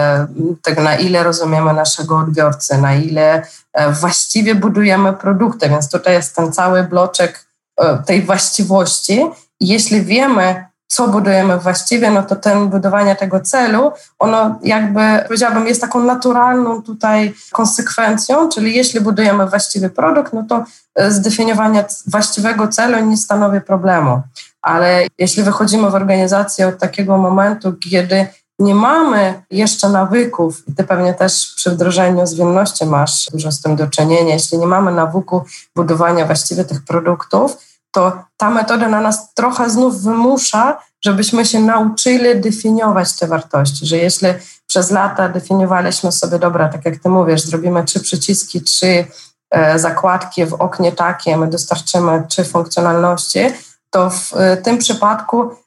tak na ile rozumiemy naszego odbiorcę, na ile właściwie budujemy produkty, więc tutaj jest ten cały bloczek tej właściwości. I jeśli wiemy, co budujemy właściwie, no to budowanie tego celu, ono jakby, powiedziałabym, jest taką naturalną tutaj konsekwencją, czyli jeśli budujemy właściwy produkt, no to zdefiniowanie właściwego celu nie stanowi problemu. Ale jeśli wychodzimy w organizację od takiego momentu, kiedy nie mamy jeszcze nawyków, i ty pewnie też przy wdrożeniu zwinności masz dużo z tym do czynienia, jeśli nie mamy nawyku budowania właściwie tych produktów, to ta metoda na nas trochę znów wymusza, żebyśmy się nauczyli definiować te wartości, że jeśli przez lata definiowaliśmy sobie, dobra, tak jak ty mówisz, zrobimy 3 przyciski, 3 zakładki w oknie takie, my dostarczymy 3 funkcjonalności, to w tym przypadku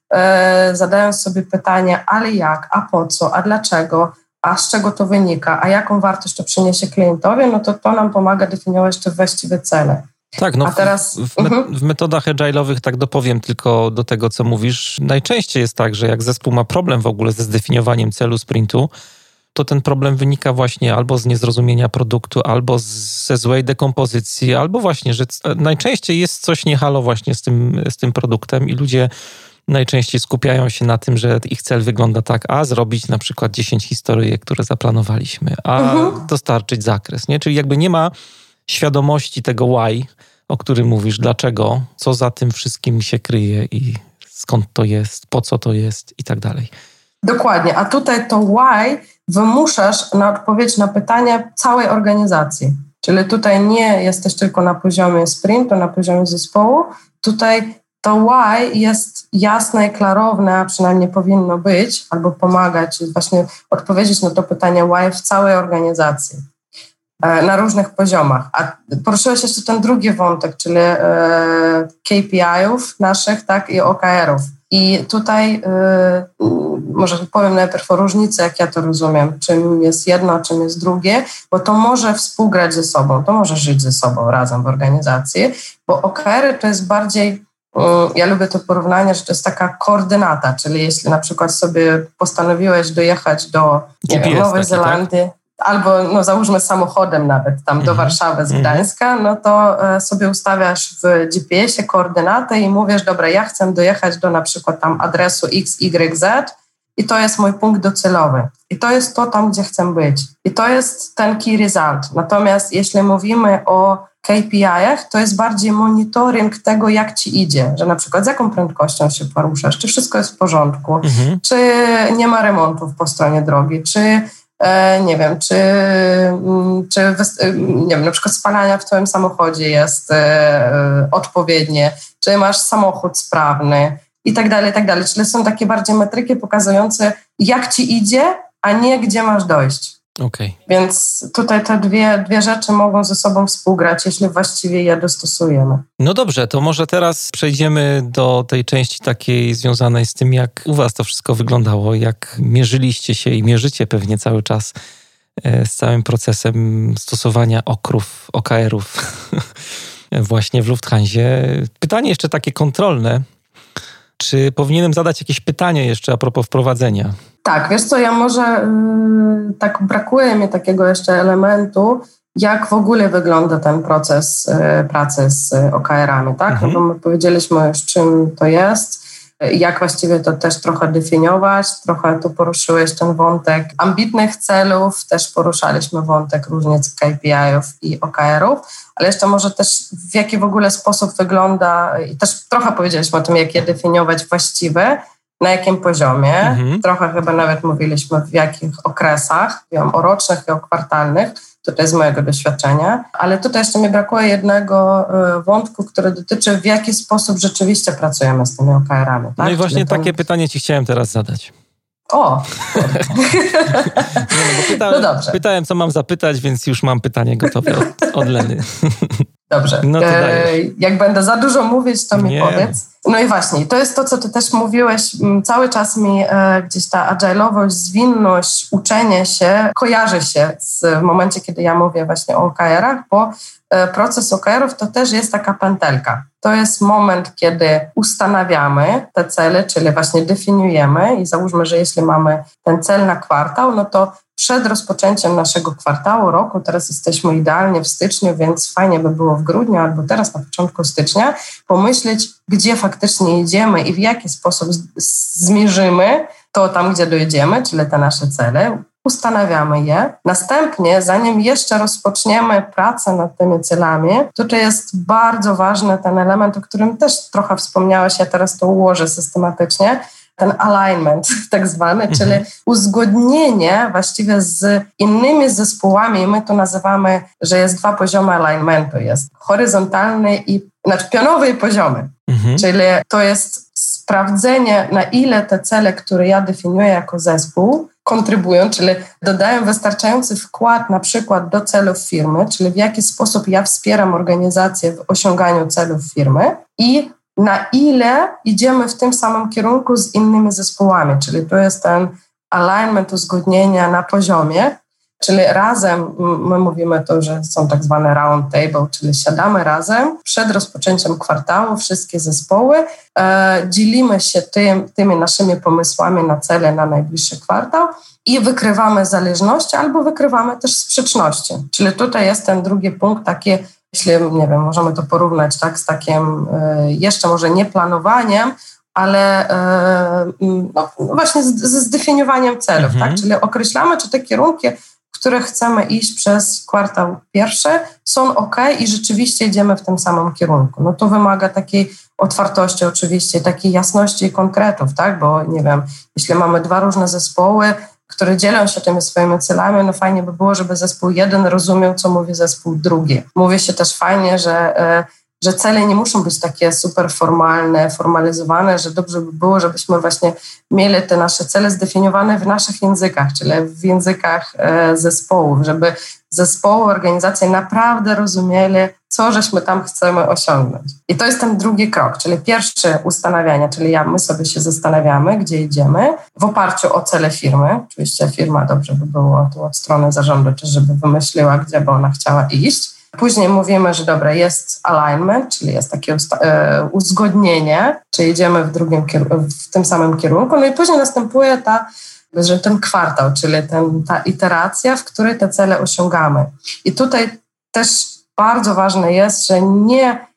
zadając sobie pytanie, ale jak, a po co, a dlaczego, a z czego to wynika, a jaką wartość to przyniesie klientowi, no to nam pomaga definiować te właściwe cele. Tak, no w metodach agile'owych, tak dopowiem tylko do tego, co mówisz, najczęściej jest tak, że jak zespół ma problem w ogóle ze zdefiniowaniem celu sprintu, to ten problem wynika właśnie albo z niezrozumienia produktu, albo ze złej dekompozycji, albo właśnie, że najczęściej jest coś nie halo właśnie z tym produktem i ludzie najczęściej skupiają się na tym, że ich cel wygląda tak, a zrobić na przykład 10 historyjek, które zaplanowaliśmy, a dostarczyć zakres, nie? Czyli jakby nie ma świadomości tego why, o którym mówisz, dlaczego, co za tym wszystkim się kryje i skąd to jest, po co to jest i tak dalej. Dokładnie, a tutaj to why wymuszasz na odpowiedź na pytanie całej organizacji. Czyli tutaj nie jesteś tylko na poziomie sprintu, na poziomie zespołu. Tutaj to why jest jasne i klarowne, a przynajmniej powinno być, albo pomagać właśnie odpowiedzieć na to pytanie why w całej organizacji. Na różnych poziomach. A poruszyłeś jeszcze ten drugi wątek, czyli KPI-ów naszych, tak, i OKR-ów. I tutaj może powiem najpierw o różnicy, jak ja to rozumiem, czym jest jedno, czym jest drugie, bo to może współgrać ze sobą, to może żyć ze sobą razem w organizacji, bo OKR-y to jest bardziej, ja lubię to porównanie, że to jest taka koordynata, czyli jeśli na przykład sobie postanowiłeś dojechać do Nowej Zelandii, tak? Albo załóżmy samochodem nawet tam do Warszawy z Gdańska, no to sobie ustawiasz w GPS-ie koordynaty i mówisz, dobra, ja chcę dojechać do na przykład tam adresu XYZ i to jest mój punkt docelowy. I to jest to tam, gdzie chcę być. I to jest ten key result. Natomiast jeśli mówimy o KPI-ach, to jest bardziej monitoring tego, jak ci idzie, że na przykład z jaką prędkością się poruszasz, czy wszystko jest w porządku, czy nie ma remontów po stronie drogi, czy nie wiem, czy nie wiem, na przykład spalania w twoim samochodzie jest odpowiednie, czy masz samochód sprawny i tak dalej, i tak dalej. Czyli są takie bardziej metryki pokazujące, jak ci idzie, a nie gdzie masz dojść. Okay. Więc tutaj te dwie rzeczy mogą ze sobą współgrać, jeśli właściwie je dostosujemy. No dobrze, to może teraz przejdziemy do tej części takiej związanej z tym, jak u was to wszystko wyglądało, jak mierzyliście się i mierzycie pewnie cały czas z całym procesem stosowania OKR-ów właśnie w Lufthansie. Pytanie jeszcze takie kontrolne. Czy powinienem zadać jakieś pytanie jeszcze a propos wprowadzenia? Tak, wiesz co, ja może tak brakuje mi takiego jeszcze elementu, jak w ogóle wygląda ten proces pracy z OKR-ami, tak? No bo my powiedzieliśmy już, czym to jest, jak właściwie to też trochę definiować, trochę tu poruszyłeś ten wątek ambitnych celów, też poruszaliśmy wątek różnic KPI-ów i OKR-ów, ale jeszcze może też w jaki w ogóle sposób wygląda i też trochę powiedzieliśmy o tym, jak je definiować właściwe, na jakim poziomie, trochę chyba nawet mówiliśmy w jakich okresach, mówiłam o rocznych i o kwartalnych, tutaj z mojego doświadczenia, ale tutaj jeszcze mi brakuje jednego wątku, który dotyczy w jaki sposób rzeczywiście pracujemy z tymi OKR-ami. Tak? No i właśnie takie pytanie ci chciałem teraz zadać. O! No dobrze. Pytałem, co mam zapytać, więc już mam pytanie gotowe od Leny. Dobrze. No to jak będę za dużo mówić, to mi powiedz. No i właśnie, to jest to, co ty też mówiłeś. Cały czas mi gdzieś ta agile'owość, zwinność, uczenie się kojarzy się w momencie, kiedy ja mówię właśnie o OKR-ach, bo proces OKR-ów to też jest taka pętelka. To jest moment, kiedy ustanawiamy te cele, czyli właśnie definiujemy i załóżmy, że jeśli mamy ten cel na kwartał, no to przed rozpoczęciem naszego kwartału, roku, teraz jesteśmy idealnie w styczniu, więc fajnie by było w grudniu albo teraz na początku stycznia pomyśleć, gdzie faktycznie jedziemy i w jaki sposób zmierzymy to tam, gdzie dojedziemy, czyli te nasze cele. Ustanawiamy je. Następnie, zanim jeszcze rozpoczniemy pracę nad tymi celami, tutaj jest bardzo ważny ten element, o którym też trochę wspomniałeś, ja teraz to ułożę systematycznie, ten alignment tak zwany, czyli uzgodnienie właściwie z innymi zespołami. My to nazywamy, że jest 2 poziomy alignmentu. Jest horyzontalny i pionowy i poziomy. Czyli to jest sprawdzenie, na ile te cele, które ja definiuję jako zespół, kontrybują, czyli dodają wystarczający wkład na przykład do celów firmy, czyli w jaki sposób ja wspieram organizację w osiąganiu celów firmy i na ile idziemy w tym samym kierunku z innymi zespołami, czyli to jest ten alignment, uzgodnienia na poziomie, czyli razem, my mówimy to, że są tak zwane round table, czyli siadamy razem przed rozpoczęciem kwartału, wszystkie zespoły, dzielimy się tymi naszymi pomysłami na cele na najbliższy kwartał i wykrywamy zależności albo wykrywamy też sprzeczności. Czyli tutaj jest ten drugi punkt, takie, jeśli, nie wiem, możemy to porównać tak, z takim jeszcze może nie planowaniem, ale no, właśnie ze zdefiniowaniem celów, tak? Czyli określamy, czy te kierunki, w które chcemy iść przez kwartał pierwszy, są ok i rzeczywiście idziemy w tym samym kierunku. No to wymaga takiej otwartości oczywiście, takiej jasności i konkretów, tak? Bo nie wiem, jeśli mamy dwa różne zespoły, które dzielą się tymi swoimi celami, no fajnie by było, żeby zespół jeden rozumiał, co mówi zespół drugi. Mówi się też fajnie, że cele nie muszą być takie super formalne, formalizowane, że dobrze by było, żebyśmy właśnie mieli te nasze cele zdefiniowane w naszych językach, czyli w językach zespołów, żeby zespoły, organizacje naprawdę rozumieli, co żeśmy tam chcemy osiągnąć. I to jest ten drugi krok, czyli pierwsze ustanawianie, czyli my sobie się zastanawiamy, gdzie idziemy, w oparciu o cele firmy. Oczywiście firma dobrze by było tu od strony zarządu, czy żeby wymyśliła, gdzie by ona chciała iść. Później mówimy, że dobra, jest alignment, czyli jest takie uzgodnienie, czy idziemy w tym samym kierunku. No i później następuje ten kwartał, czyli ta iteracja, w której te cele osiągamy. I tutaj też bardzo ważne jest, że nie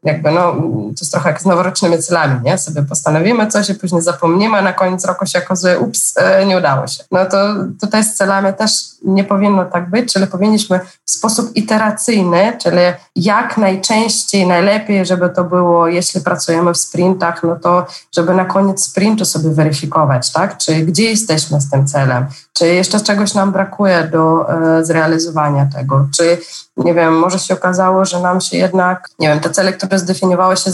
to jest trochę jak z noworocznymi celami, nie? Sobie postanowimy coś i później zapomnimy, a na koniec roku się okazuje, nie udało się. No to tutaj z celami też nie powinno tak być, czyli powinniśmy w sposób iteracyjny, czyli jak najczęściej, najlepiej, żeby to było, jeśli pracujemy w sprintach, no to żeby na koniec sprintu sobie weryfikować, tak? Czy gdzie jesteśmy z tym celem, czy jeszcze czegoś nam brakuje do zrealizowania tego, czy nie wiem, może się okazało, że nam się jednak, nie wiem, te cele, które zdefiniowały się,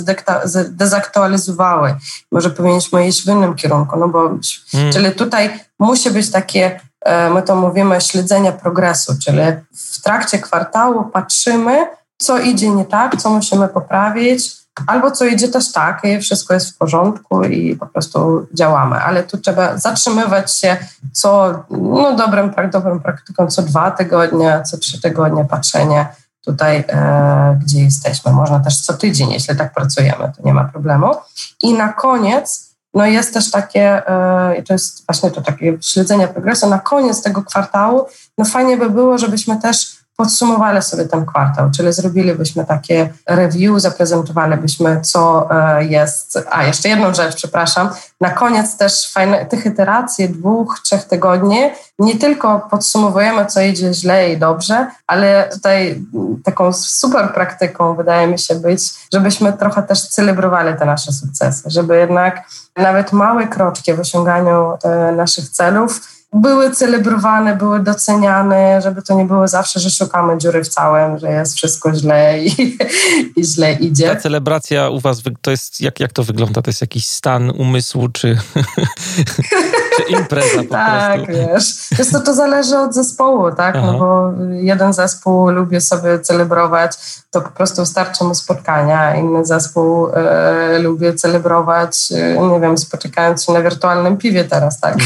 zdezaktualizowały. Może powinniśmy iść w innym kierunku, no bo, czyli tutaj musi być takie, my to mówimy, śledzenie progresu, czyli w trakcie kwartału patrzymy, co idzie nie tak, co musimy poprawić, albo co idzie też tak i wszystko jest w porządku i po prostu działamy. Ale tu trzeba zatrzymywać się dobrym praktyką co 2 tygodnie, co 3 tygodnie patrzenie tutaj, gdzie jesteśmy. Można też co tydzień, jeśli tak pracujemy, to nie ma problemu. I na koniec jest też takie, to jest właśnie to takie śledzenie progresu, na koniec tego kwartału, fajnie by było, żebyśmy też podsumowali sobie ten kwartał, czyli zrobilibyśmy takie review, zaprezentowalibyśmy, co jest. Jeszcze jedną rzecz, przepraszam. Na koniec też tych iteracji 2-3 tygodni nie tylko podsumowujemy, co idzie źle i dobrze, ale tutaj taką super praktyką wydaje mi się być, żebyśmy trochę też celebrowali te nasze sukcesy, żeby jednak nawet małe kroczki w osiąganiu naszych celów były celebrowane, były doceniane, żeby to nie było zawsze, że szukamy dziury w całym, że jest wszystko źle i źle idzie. Ta celebracja u was, to jest, jak to wygląda? To jest jakiś stan umysłu, czy impreza po tak, prostu? Wiesz, to zależy od zespołu, tak? No bo jeden zespół lubi sobie celebrować, to po prostu wystarczy mu spotkania, inny zespół lubi celebrować, nie wiem, spotykając się na wirtualnym piwie teraz, tak?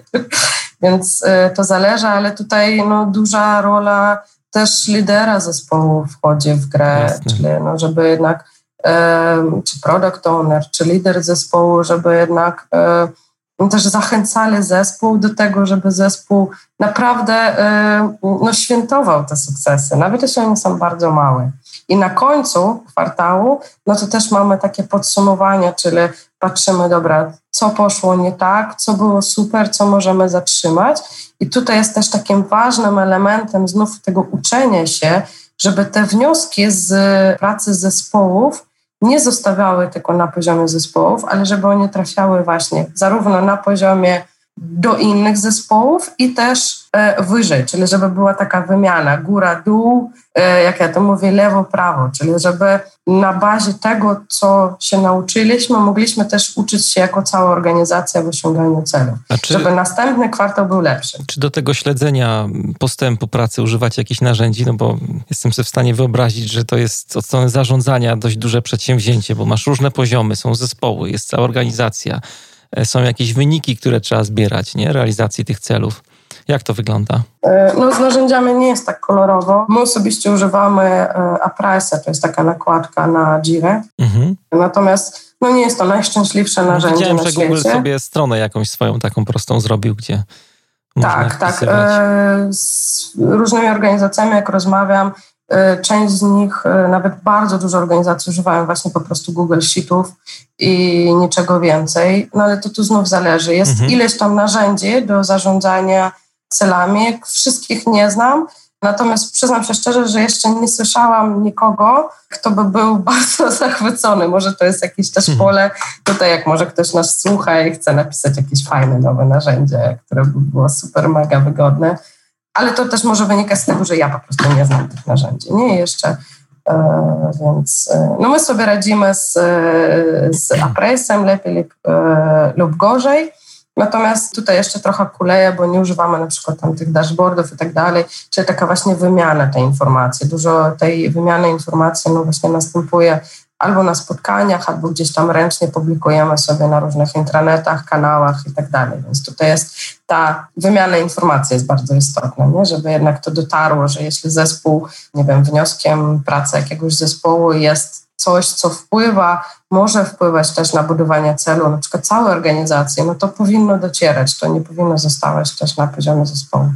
Więc to zależy, ale tutaj duża rola też lidera zespołu wchodzi w grę, jasne. Czyli żeby jednak czy product owner, czy lider zespołu, żeby jednak też zachęcali zespół do tego, żeby zespół naprawdę świętował te sukcesy, nawet jeśli one są bardzo małe. I na końcu kwartału, to też mamy takie podsumowanie, czyli patrzymy, dobra, co poszło nie tak, co było super, co możemy zatrzymać. I tutaj jest też takim ważnym elementem znów tego uczenia się, żeby te wnioski z pracy zespołów nie zostawiały tylko na poziomie zespołów, ale żeby one trafiały właśnie zarówno na poziomie do innych zespołów i też wyżej, czyli żeby była taka wymiana góra-dół, jak ja to mówię, lewo-prawo, czyli żeby na bazie tego, co się nauczyliśmy, mogliśmy też uczyć się jako cała organizacja w osiąganiu celów, żeby następny kwartał był lepszy. Czy do tego śledzenia postępu pracy używacie jakichś narzędzi? No bo jestem sobie w stanie wyobrazić, że to jest od strony zarządzania dość duże przedsięwzięcie, bo masz różne poziomy, są zespoły, jest cała organizacja, są jakieś wyniki, które trzeba zbierać, nie? Realizacji tych celów. Jak to wygląda? No z narzędziami nie jest tak kolorowo. My osobiście używamy Apprise'a, to jest taka nakładka na Jirę. Natomiast nie jest to najszczęśliwsze narzędzie Widziałem, na że świecie. Google sobie stronę jakąś swoją taką prostą zrobił, gdzie można Tak. Z różnymi organizacjami, jak rozmawiam, część z nich, nawet bardzo dużo organizacji używają właśnie po prostu Google Sheetów i niczego więcej. No ale to tu znów zależy. Jest ileś tam narzędzi do zarządzania celami. Wszystkich nie znam. Natomiast przyznam się szczerze, że jeszcze nie słyszałam nikogo, kto by był bardzo zachwycony. Może to jest jakieś też pole tutaj, jak może ktoś nas słucha i chce napisać jakieś fajne nowe narzędzie, które by było super, mega wygodne. Ale to też może wynikać z tego, że ja po prostu nie znam tych narzędzi. Nie jeszcze. Więc my sobie radzimy z Apprise'em lepiej lub gorzej. Natomiast tutaj jeszcze trochę kuleje, bo nie używamy na przykład tam tych dashboardów i tak dalej, czyli taka właśnie wymiana tej informacji. Dużo tej wymiany informacji właśnie następuje albo na spotkaniach, albo gdzieś tam ręcznie publikujemy sobie na różnych intranetach, kanałach i tak dalej. Więc tutaj jest ta wymiana informacji jest bardzo istotna, nie? Żeby jednak to dotarło, że jeśli zespół, wnioskiem pracy jakiegoś zespołu jest coś, co może wpływać też na budowanie celu, na przykład całej organizacji, to powinno docierać, to nie powinno zostawać też na poziomie zespołu.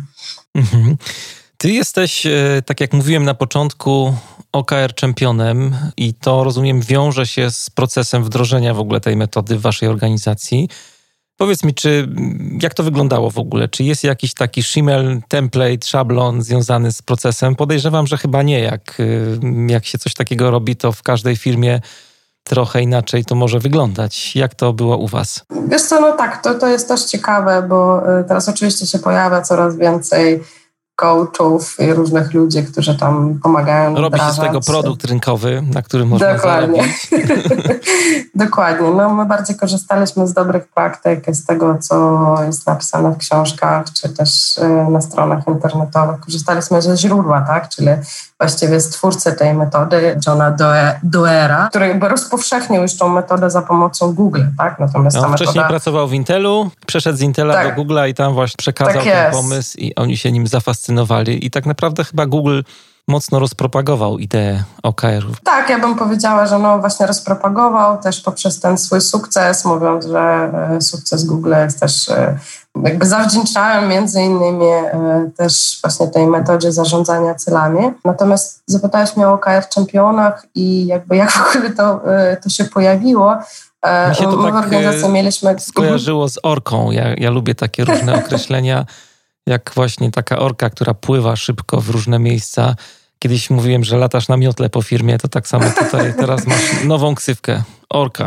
Ty jesteś, tak jak mówiłem na początku, OKR czempionem i to, rozumiem, wiąże się z procesem wdrożenia w ogóle tej metody w waszej organizacji. Powiedz mi, jak to wyglądało w ogóle? Czy jest jakiś taki Schimmel, template, szablon związany z procesem? Podejrzewam, że chyba nie. Jak się coś takiego robi, to w każdej firmie trochę inaczej to może wyglądać. Jak to było u was? Wiesz co, tak, to jest też ciekawe, bo teraz oczywiście się pojawia coraz więcej coachów i różnych ludzi, którzy tam pomagają robi się z tego produkt rynkowy, na którym można zarobić. Dokładnie. My bardziej korzystaliśmy z dobrych praktyk, z tego, co jest napisane w książkach, czy też na stronach internetowych. Korzystaliśmy ze źródła, tak? Czyli właściwie stwórcy tej metody, Johna Doerra, który jakby rozpowszechnił już tą metodę za pomocą Google, tak? Natomiast on wcześniej pracował w Intelu, przeszedł z Intela do Google'a i tam właśnie przekazał ten pomysł i oni się nim zafascynowali. I tak naprawdę chyba Google mocno rozpropagował ideę OKR-ów. Tak, ja bym powiedziała, że właśnie rozpropagował też poprzez ten swój sukces, mówiąc, że sukces Google jest też jakby zawdzięczałem między innymi też właśnie tej metodzie zarządzania celami. Natomiast zapytałeś mnie o OKR czempionach i jak w ogóle to się pojawiło. Mi się to tak mieliśmy skojarzyło z orką. Ja lubię takie różne określenia, jak właśnie taka orka, która pływa szybko w różne miejsca. Kiedyś mówiłem, że latasz na miotle po firmie, to tak samo tutaj teraz masz nową ksywkę. Orka.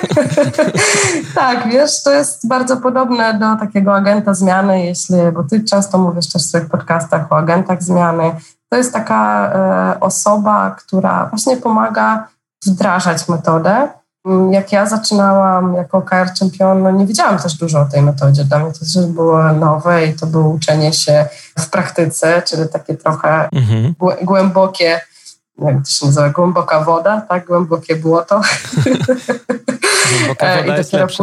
Tak, wiesz, to jest bardzo podobne do takiego agenta zmiany, bo ty często mówisz też w swoich podcastach o agentach zmiany. To jest taka osoba, która właśnie pomaga wdrażać metodę. Jak ja zaczynałam jako OKR czempion, nie wiedziałam też dużo o tej metodzie. Dla mnie to też było nowe i to było uczenie się w praktyce, czyli takie trochę głębokie, jak to się nazywa, głęboka woda, tak? Głębokie błoto. Głęboka woda jest lepsza.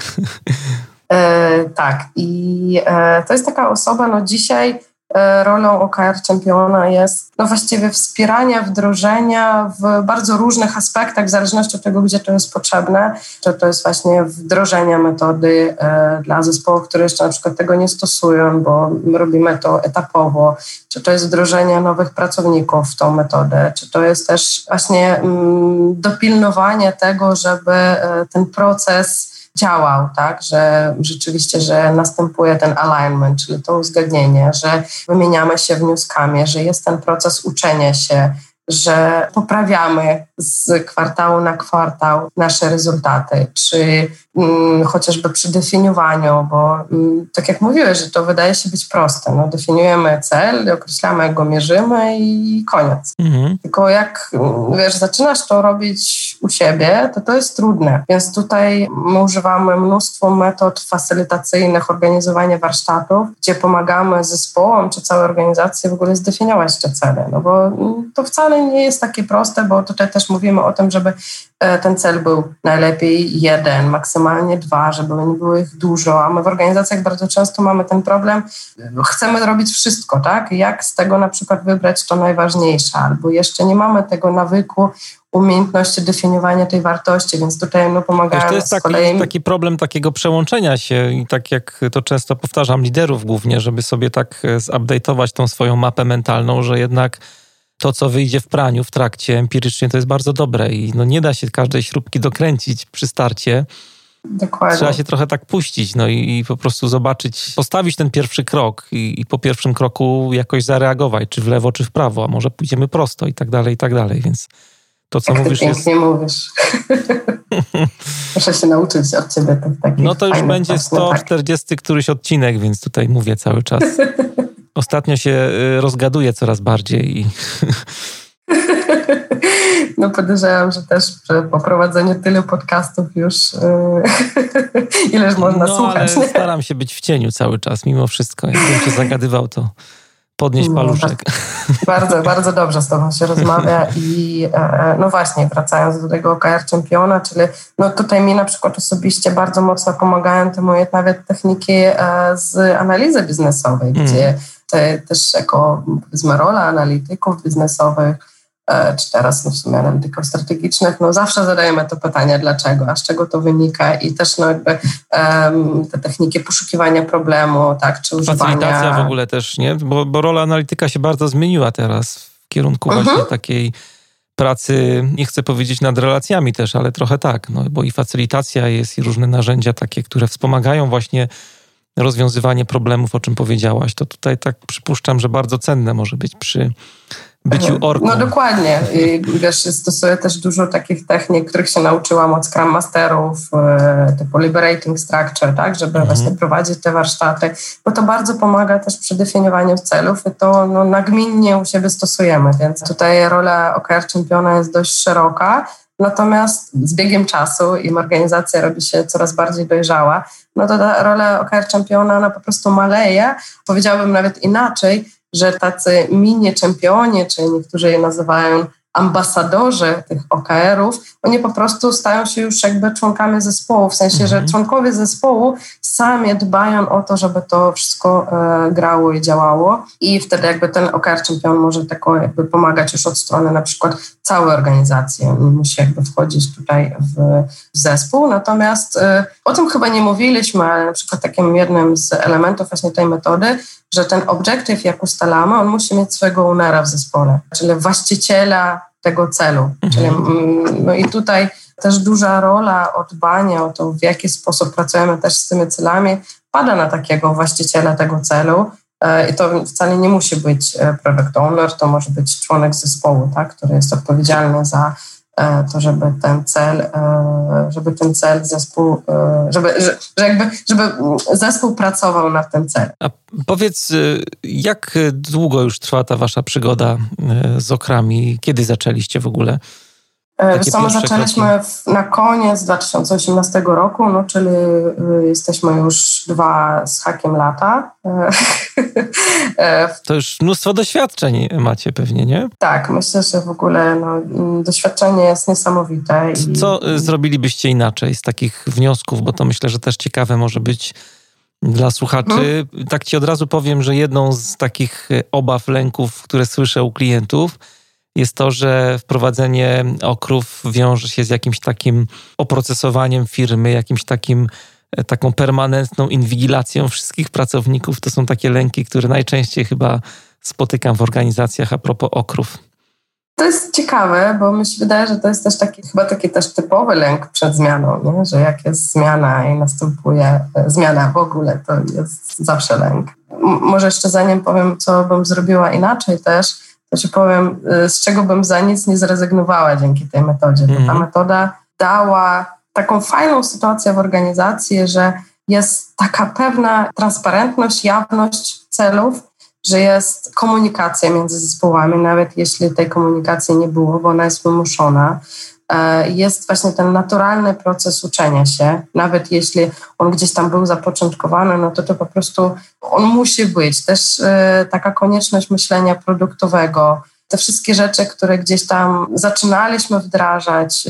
Tak. I to jest taka osoba, dzisiaj rolą OKR czempiona jest właściwie wspierania wdrożenia w bardzo różnych aspektach, w zależności od tego, gdzie to jest potrzebne. Czy to jest właśnie wdrożenia metody dla zespołów, które jeszcze na przykład tego nie stosują, bo robimy to etapowo. Czy to jest wdrożenie nowych pracowników w tą metodę. Czy to jest też właśnie dopilnowanie tego, żeby ten proces działał, tak, że rzeczywiście, że następuje ten alignment, czyli to uzgodnienie, że wymieniamy się wnioskami, że jest ten proces uczenia się, że poprawiamy z kwartału na kwartał nasze rezultaty, czy chociażby przy definiowaniu, bo tak jak mówiłeś, że to wydaje się być proste. No, definiujemy cel, określamy, jak go mierzymy i koniec. Tylko jak zaczynasz to robić u siebie, to jest trudne. Więc tutaj my używamy mnóstwo metod facylitacyjnych, organizowania warsztatów, gdzie pomagamy zespołom czy całej organizacji w ogóle zdefiniować te cele. No bo to wcale nie jest takie proste, bo tutaj też mówimy o tym, żeby ten cel był najlepiej 1, maksymalnie 2, żeby nie było ich dużo, a my w organizacjach bardzo często mamy ten problem, chcemy robić wszystko, tak? Jak z tego na przykład wybrać to najważniejsze, albo jeszcze nie mamy tego nawyku, umiejętności definiowania tej wartości, więc tutaj pomagają to jest taki problem takiego przełączenia się i tak jak to często powtarzam liderów głównie, żeby sobie tak zupdate'ować tą swoją mapę mentalną, że jednak to, co wyjdzie w praniu w trakcie empirycznie, to jest bardzo dobre i nie da się każdej śrubki dokręcić przy starcie. Dokładnie. Trzeba się trochę tak puścić i po prostu zobaczyć, postawić ten pierwszy krok i po pierwszym kroku jakoś zareagować, czy w lewo, czy w prawo, a może pójdziemy prosto i tak dalej, więc to, co mówisz, ty pięknie mówisz. Muszę się nauczyć od ciebie takich to już będzie 140 któryś odcinek, więc tutaj mówię cały czas. Ostatnio się rozgaduję coraz bardziej i... Podejrzewam, że też po prowadzeniu tylu podcastów już ileż można słuchać. Ale staram się być w cieniu cały czas, mimo wszystko. Jakbym się zagadywał, to podnieść paluszek. Bardzo, bardzo dobrze z tobą się rozmawia i właśnie, wracając do tego OKR czempiona, czyli tutaj mi na przykład osobiście bardzo mocno pomagają te moje nawet techniki z analizy biznesowej, gdzie też jako powiedzmy rola analityków biznesowych, czy teraz w sumie analityków strategicznych, zawsze zadajemy to pytanie dlaczego, a z czego to wynika i też te techniki poszukiwania problemu, tak, czy używania... Facylitacja w ogóle też, nie? Bo rola analityka się bardzo zmieniła teraz w kierunku właśnie takiej pracy, nie chcę powiedzieć nad relacjami też, ale trochę tak, bo i facylitacja jest i różne narzędzia takie, które wspomagają właśnie rozwiązywanie problemów, o czym powiedziałaś, to tutaj tak przypuszczam, że bardzo cenne może być przy byciu orką. Dokładnie. I stosuję też dużo takich technik, których się nauczyłam od Scrum Masterów, typu Liberating Structure, tak, żeby właśnie prowadzić te warsztaty, bo to bardzo pomaga też przy definiowaniu celów i to nagminnie u siebie stosujemy, więc tutaj rola OKR czempiona jest dość szeroka, natomiast z biegiem czasu im organizacja robi się coraz bardziej dojrzała, to ta rola OKR czempiona ona po prostu maleje. Powiedziałabym nawet inaczej, że tacy mini-czempioni, czy niektórzy je nazywają ambasadorzy tych OKR-ów, oni po prostu stają się już jakby członkami zespołu, w sensie, że członkowie zespołu sami dbają o to, żeby to wszystko grało i działało i wtedy jakby ten OKR czempion może tako jakby pomagać już od strony na przykład całej organizacji, nie musi jakby wchodzić tutaj w zespół, natomiast o tym chyba nie mówiliśmy, ale na przykład takim jednym z elementów właśnie tej metody, że ten objective, jak ustalamy, on musi mieć swojego ownera w zespole, czyli właściciela tego celu. Czyli, i tutaj też duża rola dbania o to, w jaki sposób pracujemy też z tymi celami, pada na takiego właściciela tego celu. I to wcale nie musi być product owner, to może być członek zespołu, tak, który jest odpowiedzialny za to, żeby ten cel zespół, żeby zespół pracował nad tym celem. A powiedz, jak długo już trwa ta wasza przygoda z okrami? Kiedy zaczęliście w ogóle? My zaczęliśmy na koniec 2018 roku, czyli jesteśmy już 2 z hakiem lata. To już mnóstwo doświadczeń macie pewnie, nie? Tak, myślę, że w ogóle doświadczenie jest niesamowite. Co zrobilibyście inaczej z takich wniosków, bo to myślę, że też ciekawe może być dla słuchaczy. Tak ci od razu powiem, że jedną z takich obaw, lęków, które słyszę u klientów, jest to, że wprowadzenie okrów wiąże się z jakimś takim oprocesowaniem firmy, jakimś taką permanentną inwigilacją wszystkich pracowników. To są takie lęki, które najczęściej chyba spotykam w organizacjach a propos okrów. To jest ciekawe, bo mi się wydaje, że to jest też taki też typowy lęk przed zmianą, nie? Że jak jest zmiana i następuje zmiana w ogóle, to jest zawsze lęk. Może jeszcze zanim powiem, co bym zrobiła inaczej też, że powiem, z czego bym za nic nie zrezygnowała dzięki tej metodzie. Bo ta metoda dała taką fajną sytuację w organizacji, że jest taka pewna transparentność, jawność celów, że jest komunikacja między zespołami, nawet jeśli tej komunikacji nie było, bo ona jest wymuszona. Jest właśnie ten naturalny proces uczenia się, nawet jeśli on gdzieś tam był zapoczątkowany, no to po prostu on musi być. Też taka konieczność myślenia produktowego, te wszystkie rzeczy, które gdzieś tam zaczynaliśmy wdrażać,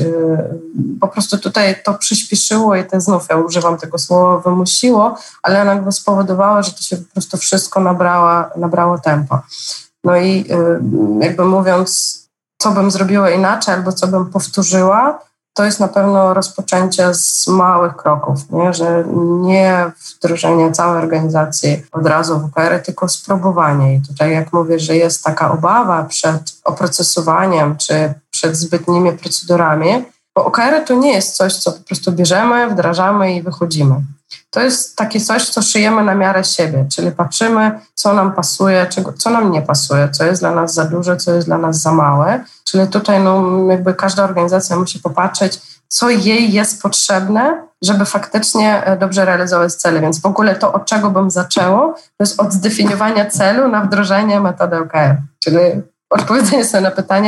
po prostu tutaj to przyspieszyło i to znów, ja używam tego słowa, wymusiło, ale ono jakby spowodowało, że to się po prostu wszystko nabrało tempo. No i jakby mówiąc, co bym zrobiła inaczej albo co bym powtórzyła, to jest na pewno rozpoczęcie z małych kroków, nie? Że nie wdrożenie całej organizacji od razu w OKR, tylko spróbowanie. I tutaj jak mówię, że jest taka obawa przed oprocesowaniem czy przed zbytnimi procedurami, bo OKR to nie jest coś, co po prostu bierzemy, wdrażamy i wychodzimy. To jest takie coś, co szyjemy na miarę siebie, czyli patrzymy, co nam pasuje, co nam nie pasuje, co jest dla nas za duże, co jest dla nas za małe. Czyli tutaj jakby każda organizacja musi popatrzeć, co jej jest potrzebne, żeby faktycznie dobrze realizować cele. Więc w ogóle to, od czego bym zaczęło, to jest od zdefiniowania celu na wdrożenie metody OKR. Czyli odpowiedzenie sobie na pytanie,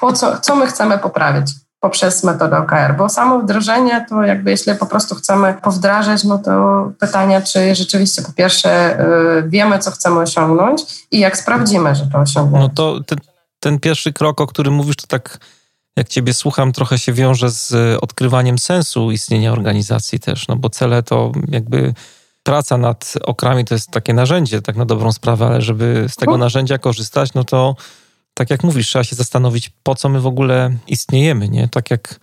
co my chcemy poprawić poprzez metodę OKR, bo samo wdrożenie to jakby jeśli po prostu chcemy powdrażać, no to pytanie, czy rzeczywiście po pierwsze wiemy, co chcemy osiągnąć i jak sprawdzimy, że to osiągniemy. No to ten pierwszy krok, o którym mówisz, to tak jak ciebie słucham, trochę się wiąże z odkrywaniem sensu istnienia organizacji też, no bo cele to jakby praca nad okrami to jest takie narzędzie, tak na dobrą sprawę, ale żeby z tego narzędzia korzystać, no to tak jak mówisz, trzeba się zastanowić, po co my w ogóle istniejemy, nie? Tak jak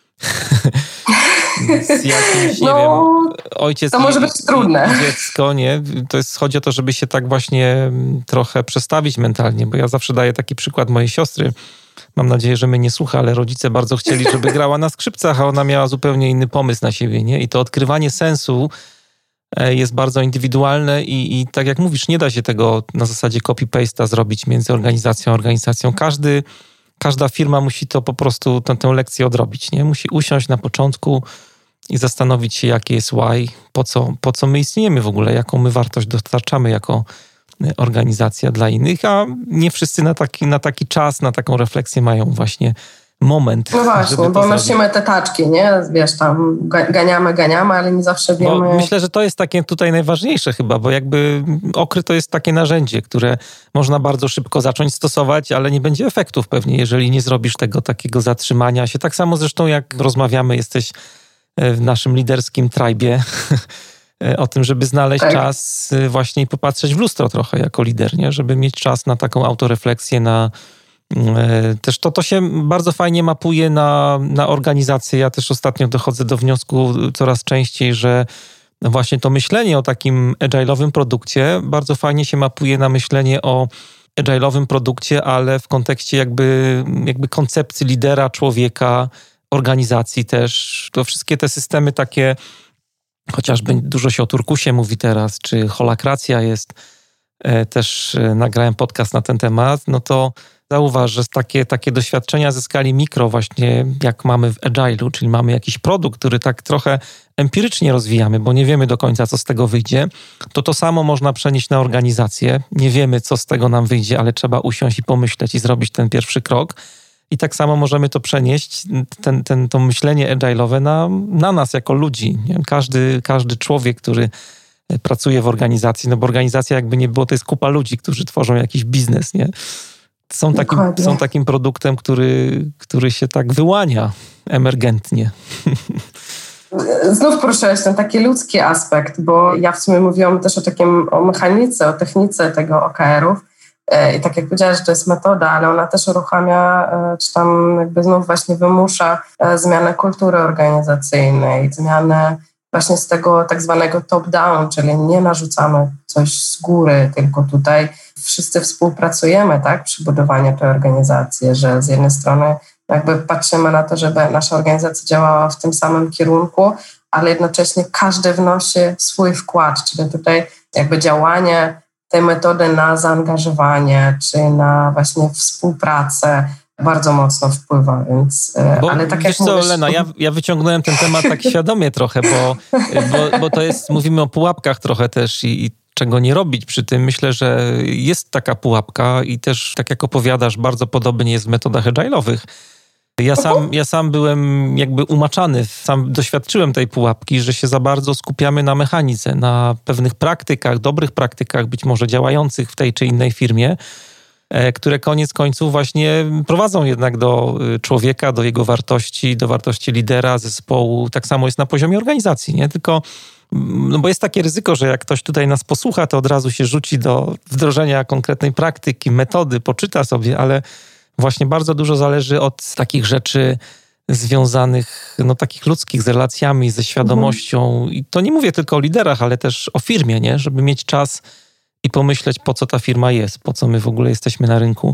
z jakimś, nie wiem, ojciec to może być trudne. I dziecko, nie? Chodzi o to, żeby się tak właśnie trochę przestawić mentalnie, bo ja zawsze daję taki przykład mojej siostry. Mam nadzieję, że mnie nie słucha, ale rodzice bardzo chcieli, żeby grała na skrzypcach, a ona miała zupełnie inny pomysł na siebie, nie? I to odkrywanie sensu jest bardzo indywidualne i tak jak mówisz, nie da się tego na zasadzie copy-paste'a zrobić między organizacją a organizacją. Każda firma musi to po prostu, tę lekcję odrobić, nie? Musi usiąść na początku i zastanowić się, jakie jest why, po co my istniejemy w ogóle, jaką my wartość dostarczamy jako organizacja dla innych, a nie wszyscy na taki czas, na taką refleksję mają właśnie moment. No właśnie, bo nosimy te taczki, nie? Wiesz, tam ganiamy, ale nie zawsze wiemy... Bo myślę, że to jest takie tutaj najważniejsze chyba, bo jakby okry to jest takie narzędzie, które można bardzo szybko zacząć stosować, ale nie będzie efektów pewnie, jeżeli nie zrobisz tego takiego zatrzymania się. Tak samo zresztą jak rozmawiamy, jesteś w naszym liderskim tribie o tym, żeby znaleźć czas właśnie i popatrzeć w lustro trochę jako lider, nie? Żeby mieć czas na taką autorefleksję, też to się bardzo fajnie mapuje na organizację. Ja też ostatnio dochodzę do wniosku coraz częściej, że właśnie to myślenie o takim agile'owym produkcie bardzo fajnie się mapuje na myślenie o agile'owym produkcie, ale w kontekście jakby koncepcji lidera, człowieka, organizacji też. To wszystkie te systemy takie, chociażby dużo się o turkusie mówi teraz, czy holakracja jest, też nagrałem podcast na ten temat, no to zauważ, że takie doświadczenia ze skali mikro właśnie jak mamy w Agile'u, czyli mamy jakiś produkt, który tak trochę empirycznie rozwijamy, bo nie wiemy do końca, co z tego wyjdzie, to samo można przenieść na organizację. Nie wiemy, co z tego nam wyjdzie, ale trzeba usiąść i pomyśleć i zrobić ten pierwszy krok. I tak samo możemy to przenieść, to myślenie agile'owe na nas jako ludzi. Nie? Każdy człowiek, który pracuje w organizacji, no bo organizacja jakby nie było, to jest kupa ludzi, którzy tworzą jakiś biznes, nie? Są takim produktem, który się tak wyłania emergentnie. Znów poruszyłeś ten taki ludzki aspekt, bo ja w sumie mówiłam też o mechanice, o technice tego OKR-ów. I tak jak powiedziałaś, że to jest metoda, ale ona też uruchamia, czy tam jakby znów właśnie wymusza zmianę kultury organizacyjnej, zmianę właśnie z tego tak zwanego top-down, czyli nie narzucamy coś z góry, tylko tutaj wszyscy współpracujemy, tak, przy budowaniu tej organizacji, że z jednej strony jakby patrzymy na to, żeby nasza organizacja działała w tym samym kierunku, ale jednocześnie każdy wnosi swój wkład, czyli tutaj jakby działanie tej metody na zaangażowanie, czy na właśnie współpracę bardzo mocno wpływa, więc... ale tak jak mówisz... Lena, ja wyciągnąłem ten temat tak świadomie trochę, bo to jest, mówimy o pułapkach trochę też i czego nie robić przy tym. Myślę, że jest taka pułapka i też, tak jak opowiadasz, bardzo podobnie jest w metodach agile'owych. Ja sam byłem jakby umaczany, sam doświadczyłem tej pułapki, że się za bardzo skupiamy na mechanice, na pewnych praktykach, dobrych praktykach, być może działających w tej czy innej firmie, które koniec końców właśnie prowadzą jednak do człowieka, do jego wartości, do wartości lidera, zespołu. Tak samo jest na poziomie organizacji, nie? Tylko, bo jest takie ryzyko, że jak ktoś tutaj nas posłucha, to od razu się rzuci do wdrożenia konkretnej praktyki, metody, poczyta sobie, ale właśnie bardzo dużo zależy od takich rzeczy związanych, takich ludzkich, z relacjami, ze świadomością. I to nie mówię tylko o liderach, ale też o firmie, nie? Żeby mieć czas i pomyśleć, po co ta firma jest, po co my w ogóle jesteśmy na rynku,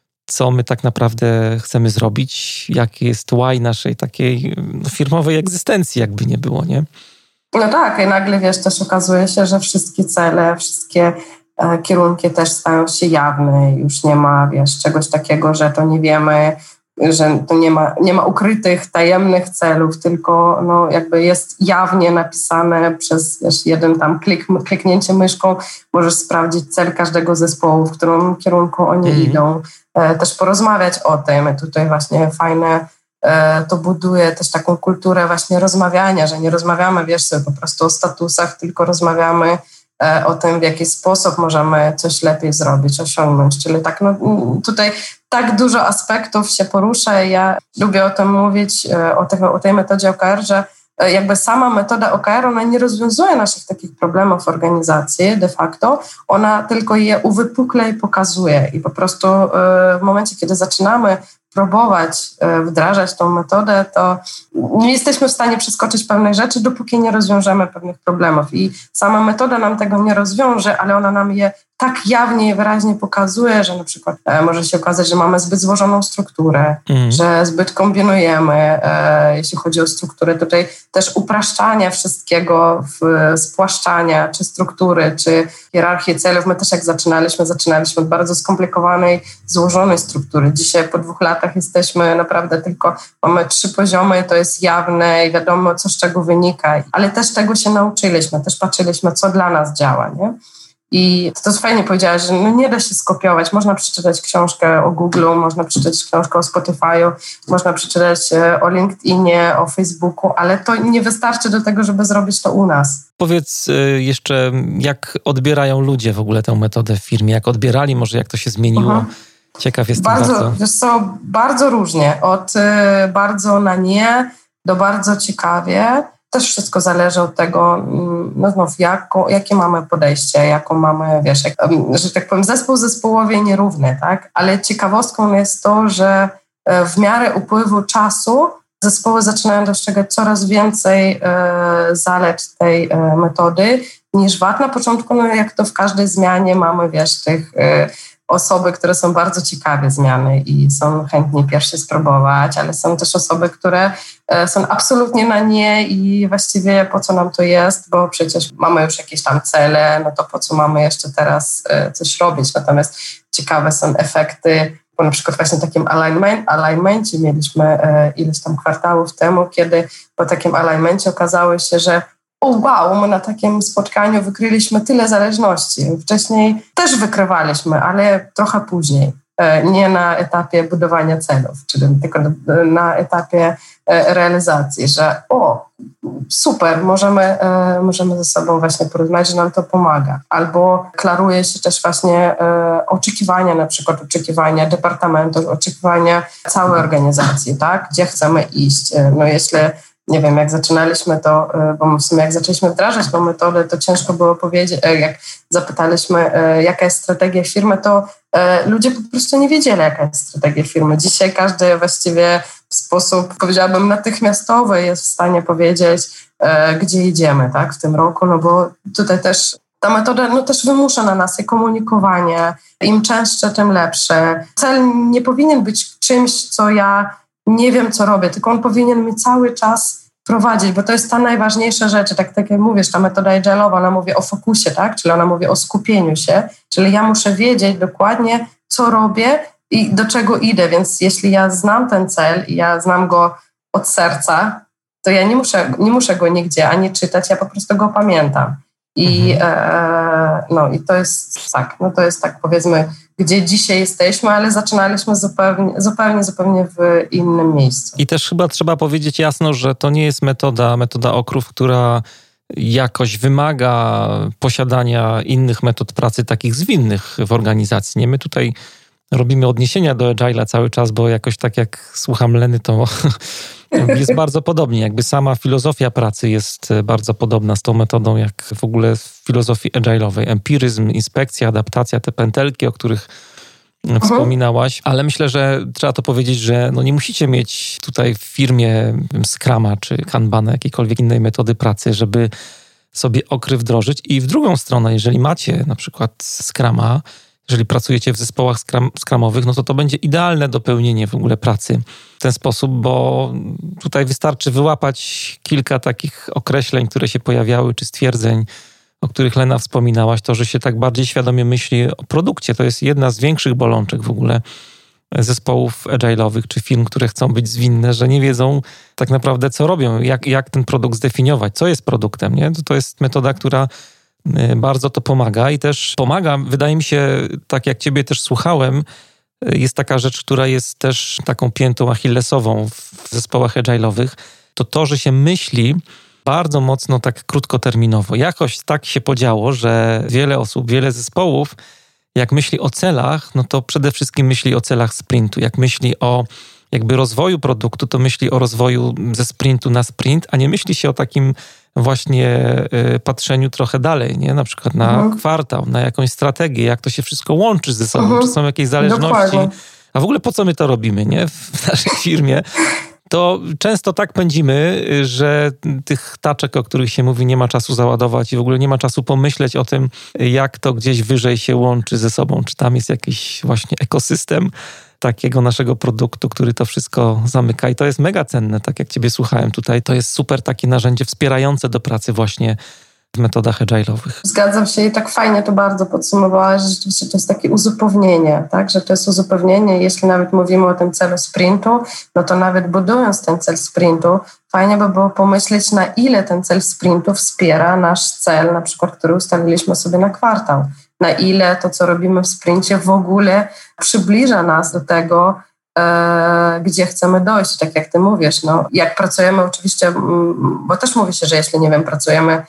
co my tak naprawdę chcemy zrobić, jaki jest why naszej takiej firmowej egzystencji, jakby nie było, nie? No tak, i nagle, też okazuje się, że wszystkie cele, wszystkie kierunki też stają się jawne. Już nie ma, czegoś takiego, że to nie wiemy, że to nie ma ukrytych, tajemnych celów, tylko jakby jest jawnie napisane przez jeden tam kliknięcie myszką, możesz sprawdzić cel każdego zespołu, w którym kierunku oni idą. Też porozmawiać o tym. Tutaj właśnie fajne to buduje też taką kulturę właśnie rozmawiania, że nie rozmawiamy, sobie po prostu o statusach, tylko rozmawiamy o tym, w jaki sposób możemy coś lepiej zrobić, osiągnąć. Czyli tak, tutaj tak dużo aspektów się porusza i ja lubię o tym mówić, o tej metodzie OKR, że jakby sama metoda OKR, ona nie rozwiązuje naszych takich problemów w organizacji de facto, ona tylko je uwypukla i pokazuje. I po prostu w momencie, kiedy zaczynamy próbować wdrażać tą metodę, to nie jesteśmy w stanie przeskoczyć pewnych rzeczy, dopóki nie rozwiążemy pewnych problemów. I sama metoda nam tego nie rozwiąże, ale ona nam je tak jawnie i wyraźnie pokazuje, że na przykład może się okazać, że mamy zbyt złożoną strukturę, że zbyt kombinujemy, jeśli chodzi o strukturę. Tutaj też upraszczania wszystkiego, spłaszczania, czy struktury, czy hierarchii celów. My też jak zaczynaliśmy od bardzo skomplikowanej, złożonej struktury. Dzisiaj po 2 latach jesteśmy naprawdę tylko, mamy 3 poziomy, to jest jawne i wiadomo, co z czego wynika. Ale też tego się nauczyliśmy, też patrzyliśmy, co dla nas działa, nie? I to fajnie powiedziałaś, że nie da się skopiować. Można przeczytać książkę o Google'u, można przeczytać książkę o Spotify'u, można przeczytać o LinkedInie, o Facebooku, ale to nie wystarczy do tego, żeby zrobić to u nas. Powiedz jeszcze, jak odbierają ludzie w ogóle tę metodę w firmie? Jak odbierali, może jak to się zmieniło? Ciekaw jestem bardzo. Wiesz co, bardzo różnie. Od bardzo na nie do bardzo ciekawie. Też wszystko zależy od tego, jakie mamy podejście, jaką mamy, że tak powiem, zespół zespołowi nierówny, tak? Ale ciekawostką jest to, że w miarę upływu czasu zespoły zaczynają dostrzegać coraz więcej zalet tej metody niż wad. Na początku, jak to w każdej zmianie mamy, tych osoby, które są bardzo ciekawe zmiany i są chętni pierwsze spróbować, ale są też osoby, które są absolutnie na nie i właściwie po co nam to jest, bo przecież mamy już jakieś tam cele, to po co mamy jeszcze teraz coś robić. Natomiast ciekawe są efekty, bo na przykład właśnie takim alignmencie mieliśmy ileś tam kwartałów temu, kiedy po takim alignmencie okazało się, że my na takim spotkaniu wykryliśmy tyle zależności. Wcześniej też wykrywaliśmy, ale trochę później. Nie na etapie budowania celów, czyli tylko na etapie realizacji, że super, możemy ze sobą właśnie porozmawiać, że nam to pomaga. Albo klaruje się też właśnie oczekiwania, na przykład oczekiwania departamentu, oczekiwania całej organizacji, tak? Gdzie chcemy iść. Jeśli nie wiem, jak zaczynaliśmy to, bo w sumie jak zaczęliśmy wdrażać tą metodę, to ciężko było powiedzieć, jak zapytaliśmy, jaka jest strategia firmy, to ludzie po prostu nie wiedzieli, jaka jest strategia firmy. Dzisiaj każdy właściwie w sposób, powiedziałabym, natychmiastowy jest w stanie powiedzieć, gdzie idziemy, tak, w tym roku, bo tutaj też ta metoda też wymusza na nas komunikowanie. Im częstsze, tym lepsze. Cel nie powinien być czymś, co ja nie wiem, co robię, tylko on powinien mi cały czas wprowadzić, bo to jest ta najważniejsza rzecz, tak jak mówisz, ta metoda agile'owa, ona mówi o fokusie, tak? Czyli ona mówi o skupieniu się, czyli ja muszę wiedzieć dokładnie, co robię i do czego idę, więc jeśli ja znam ten cel i ja znam go od serca, to ja nie muszę go nigdzie ani czytać, ja po prostu go pamiętam. I to jest tak, to jest tak, powiedzmy, gdzie dzisiaj jesteśmy, ale zaczynaliśmy zupełnie w innym miejscu. I też chyba trzeba powiedzieć jasno, że to nie jest metoda Okrów, która jakoś wymaga posiadania innych metod pracy takich zwinnych w organizacji. Nie, my tutaj robimy odniesienia do Agile'a cały czas, bo jakoś tak jak słucham Leny, to jest bardzo podobnie. Jakby sama filozofia pracy jest bardzo podobna z tą metodą, jak w ogóle w filozofii agile'owej. Empiryzm, inspekcja, adaptacja, te pętelki, o których wspominałaś. Ale myślę, że trzeba to powiedzieć, że nie musicie mieć tutaj w firmie Scruma czy Kanbana, jakiejkolwiek innej metody pracy, żeby sobie Okry wdrożyć. I w drugą stronę, jeżeli macie na przykład Scruma, jeżeli pracujecie w zespołach scrumowych, to będzie idealne dopełnienie w ogóle pracy w ten sposób, bo tutaj wystarczy wyłapać kilka takich określeń, które się pojawiały, czy stwierdzeń, o których Lena wspominałaś, to, że się tak bardziej świadomie myśli o produkcie. To jest jedna z większych bolączek w ogóle zespołów agile'owych, czy firm, które chcą być zwinne, że nie wiedzą tak naprawdę, co robią, jak ten produkt zdefiniować, co jest produktem. Nie? To jest metoda, która bardzo to pomaga i też pomaga, wydaje mi się, tak jak ciebie też słuchałem, jest taka rzecz, która jest też taką piętą achillesową w zespołach agile'owych, to, że się myśli bardzo mocno tak krótkoterminowo. Jakoś tak się podziało, że wiele osób, wiele zespołów, jak myśli o celach, to przede wszystkim myśli o celach sprintu. Jak myśli o jakby rozwoju produktu, to myśli o rozwoju ze sprintu na sprint, a nie myśli się o takim właśnie patrzeniu trochę dalej, nie? Na przykład na kwartał, na jakąś strategię, jak to się wszystko łączy ze sobą, czy są jakieś zależności. Dokładnie. A w ogóle po co my to robimy, nie? W naszej firmie. To często tak pędzimy, że tych taczek, o których się mówi, nie ma czasu załadować i w ogóle nie ma czasu pomyśleć o tym, jak to gdzieś wyżej się łączy ze sobą. Czy tam jest jakiś właśnie ekosystem takiego naszego produktu, który to wszystko zamyka. I to jest mega cenne, tak jak ciebie słuchałem tutaj. To jest super takie narzędzie wspierające do pracy właśnie w metodach agile'owych. Zgadzam się i tak fajnie to bardzo podsumowałaś, że rzeczywiście to jest takie uzupełnienie, tak? Że to jest uzupełnienie, jeśli nawet mówimy o tym celu sprintu, to nawet budując ten cel sprintu, fajnie by było pomyśleć, na ile ten cel sprintu wspiera nasz cel, na przykład, który ustaliliśmy sobie na kwartał. Na ile to, co robimy w sprincie, w ogóle przybliża nas do tego, gdzie chcemy dojść, tak jak ty mówisz. Jak pracujemy oczywiście, bo też mówi się, że jeśli, pracujemy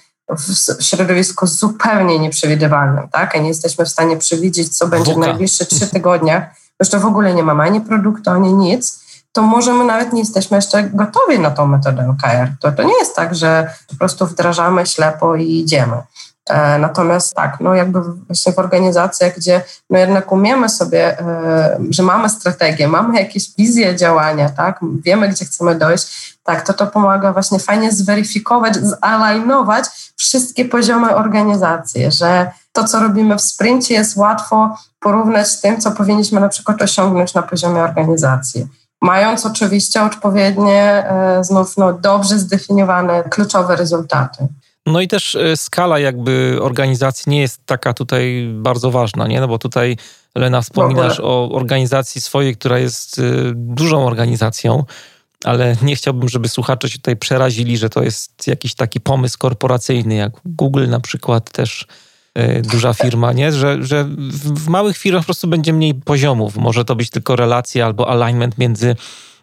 w środowisku zupełnie nieprzewidywalnym, tak? I nie jesteśmy w stanie przewidzieć, co będzie w najbliższych 3 tygodniach, bo jeszcze w ogóle nie mamy ani produktu, ani nic, to może my nawet nie jesteśmy jeszcze gotowi na tą metodę OKR. To nie jest tak, że po prostu wdrażamy ślepo i idziemy. Natomiast tak, jakby właśnie w organizacjach, gdzie jednak umiemy sobie, że mamy strategię, mamy jakieś wizje działania, tak, wiemy, gdzie chcemy dojść, tak, to pomaga właśnie fajnie zweryfikować, zalignować wszystkie poziomy organizacji, że to, co robimy w sprincie, jest łatwo porównać z tym, co powinniśmy na przykład osiągnąć na poziomie organizacji. Mając oczywiście odpowiednie, znów dobrze zdefiniowane kluczowe rezultaty. No i też skala jakby organizacji nie jest taka tutaj bardzo ważna, nie? Bo tutaj, Lena, wspominasz o organizacji swojej, która jest dużą organizacją, ale nie chciałbym, żeby słuchacze się tutaj przerazili, że to jest jakiś taki pomysł korporacyjny, jak Google na przykład, też duża firma, nie? Że w małych firmach po prostu będzie mniej poziomów. Może to być tylko relacja albo alignment między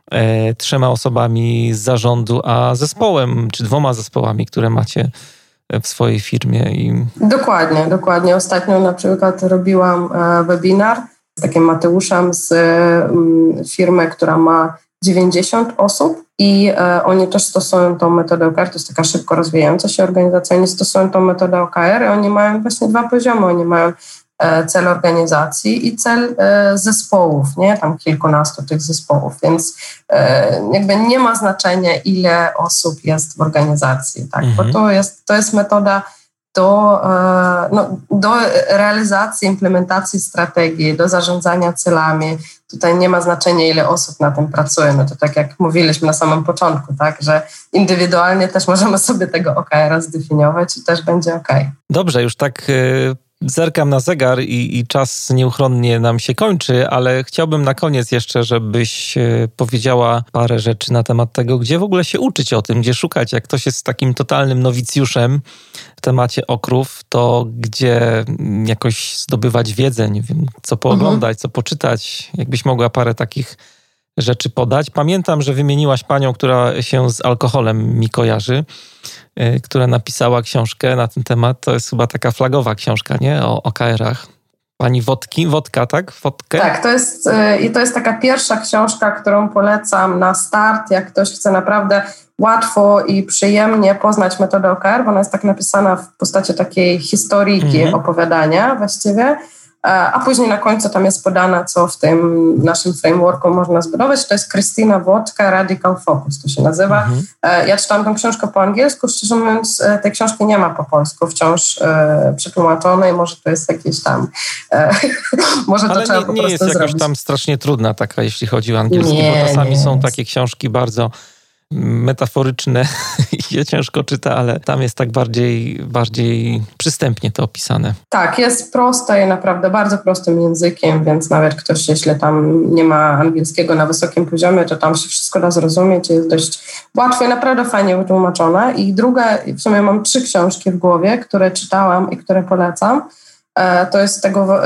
3 osobami z zarządu, a zespołem, czy 2 zespołami, które macie w swojej firmie. Dokładnie. Ostatnio na przykład robiłam webinar z takim Mateuszem z firmy, która ma 90 osób i oni też stosują tą metodę OKR, to jest taka szybko rozwijająca się organizacja, oni stosują tą metodę OKR i oni mają właśnie 2 poziomy, oni mają cel organizacji i cel zespołów, nie? Tam kilkunastu tych zespołów, więc jakby nie ma znaczenia, ile osób jest w organizacji, tak? Bo to jest metoda, do realizacji, implementacji strategii, do zarządzania celami. Tutaj nie ma znaczenia, ile osób na tym pracuje. No to tak jak mówiliśmy na samym początku, tak, że indywidualnie też możemy sobie tego OKR-a zdefiniować i też będzie OK. Dobrze, już tak zerkam na zegar i czas nieuchronnie nam się kończy, ale chciałbym na koniec jeszcze, żebyś powiedziała parę rzeczy na temat tego, gdzie w ogóle się uczyć o tym, gdzie szukać. Jak ktoś jest takim totalnym nowicjuszem w temacie okrów, to gdzie jakoś zdobywać wiedzę, nie wiem, co pooglądać, co poczytać. Jakbyś mogła parę takich rzeczy podać. Pamiętam, że wymieniłaś panią, która się z alkoholem mi kojarzy, która napisała książkę na ten temat. To jest chyba taka flagowa książka, nie? O OKR-ach. Pani Wodka, tak? Wodkę? Tak, to jest taka pierwsza książka, którą polecam na start, jak ktoś chce naprawdę łatwo i przyjemnie poznać metodę OKR, bo ona jest tak napisana w postaci takiej historyjki, opowiadania właściwie, a później na końcu tam jest podane, co w tym naszym frameworku można zbudować. To jest Krystyna Wodka, Radical Focus, to się nazywa. Ja czytałam tę książkę po angielsku, szczerze mówiąc, tej książki nie ma po polsku wciąż przetłumaczonej, może to jest jakieś tam... może to ale trzeba nie jest jakoś tam strasznie trudna taka, jeśli chodzi o angielski, bo czasami są takie książki bardzo metaforyczne i je ciężko czyta, ale tam jest tak bardziej przystępnie to opisane. Tak, jest proste i naprawdę bardzo prostym językiem, więc nawet ktoś, jeśli tam nie ma angielskiego na wysokim poziomie, to tam się wszystko da zrozumieć, jest dość łatwo i naprawdę fajnie wytłumaczone. I druga, w sumie mam 3 książki w głowie, które czytałam i które polecam. To jest tego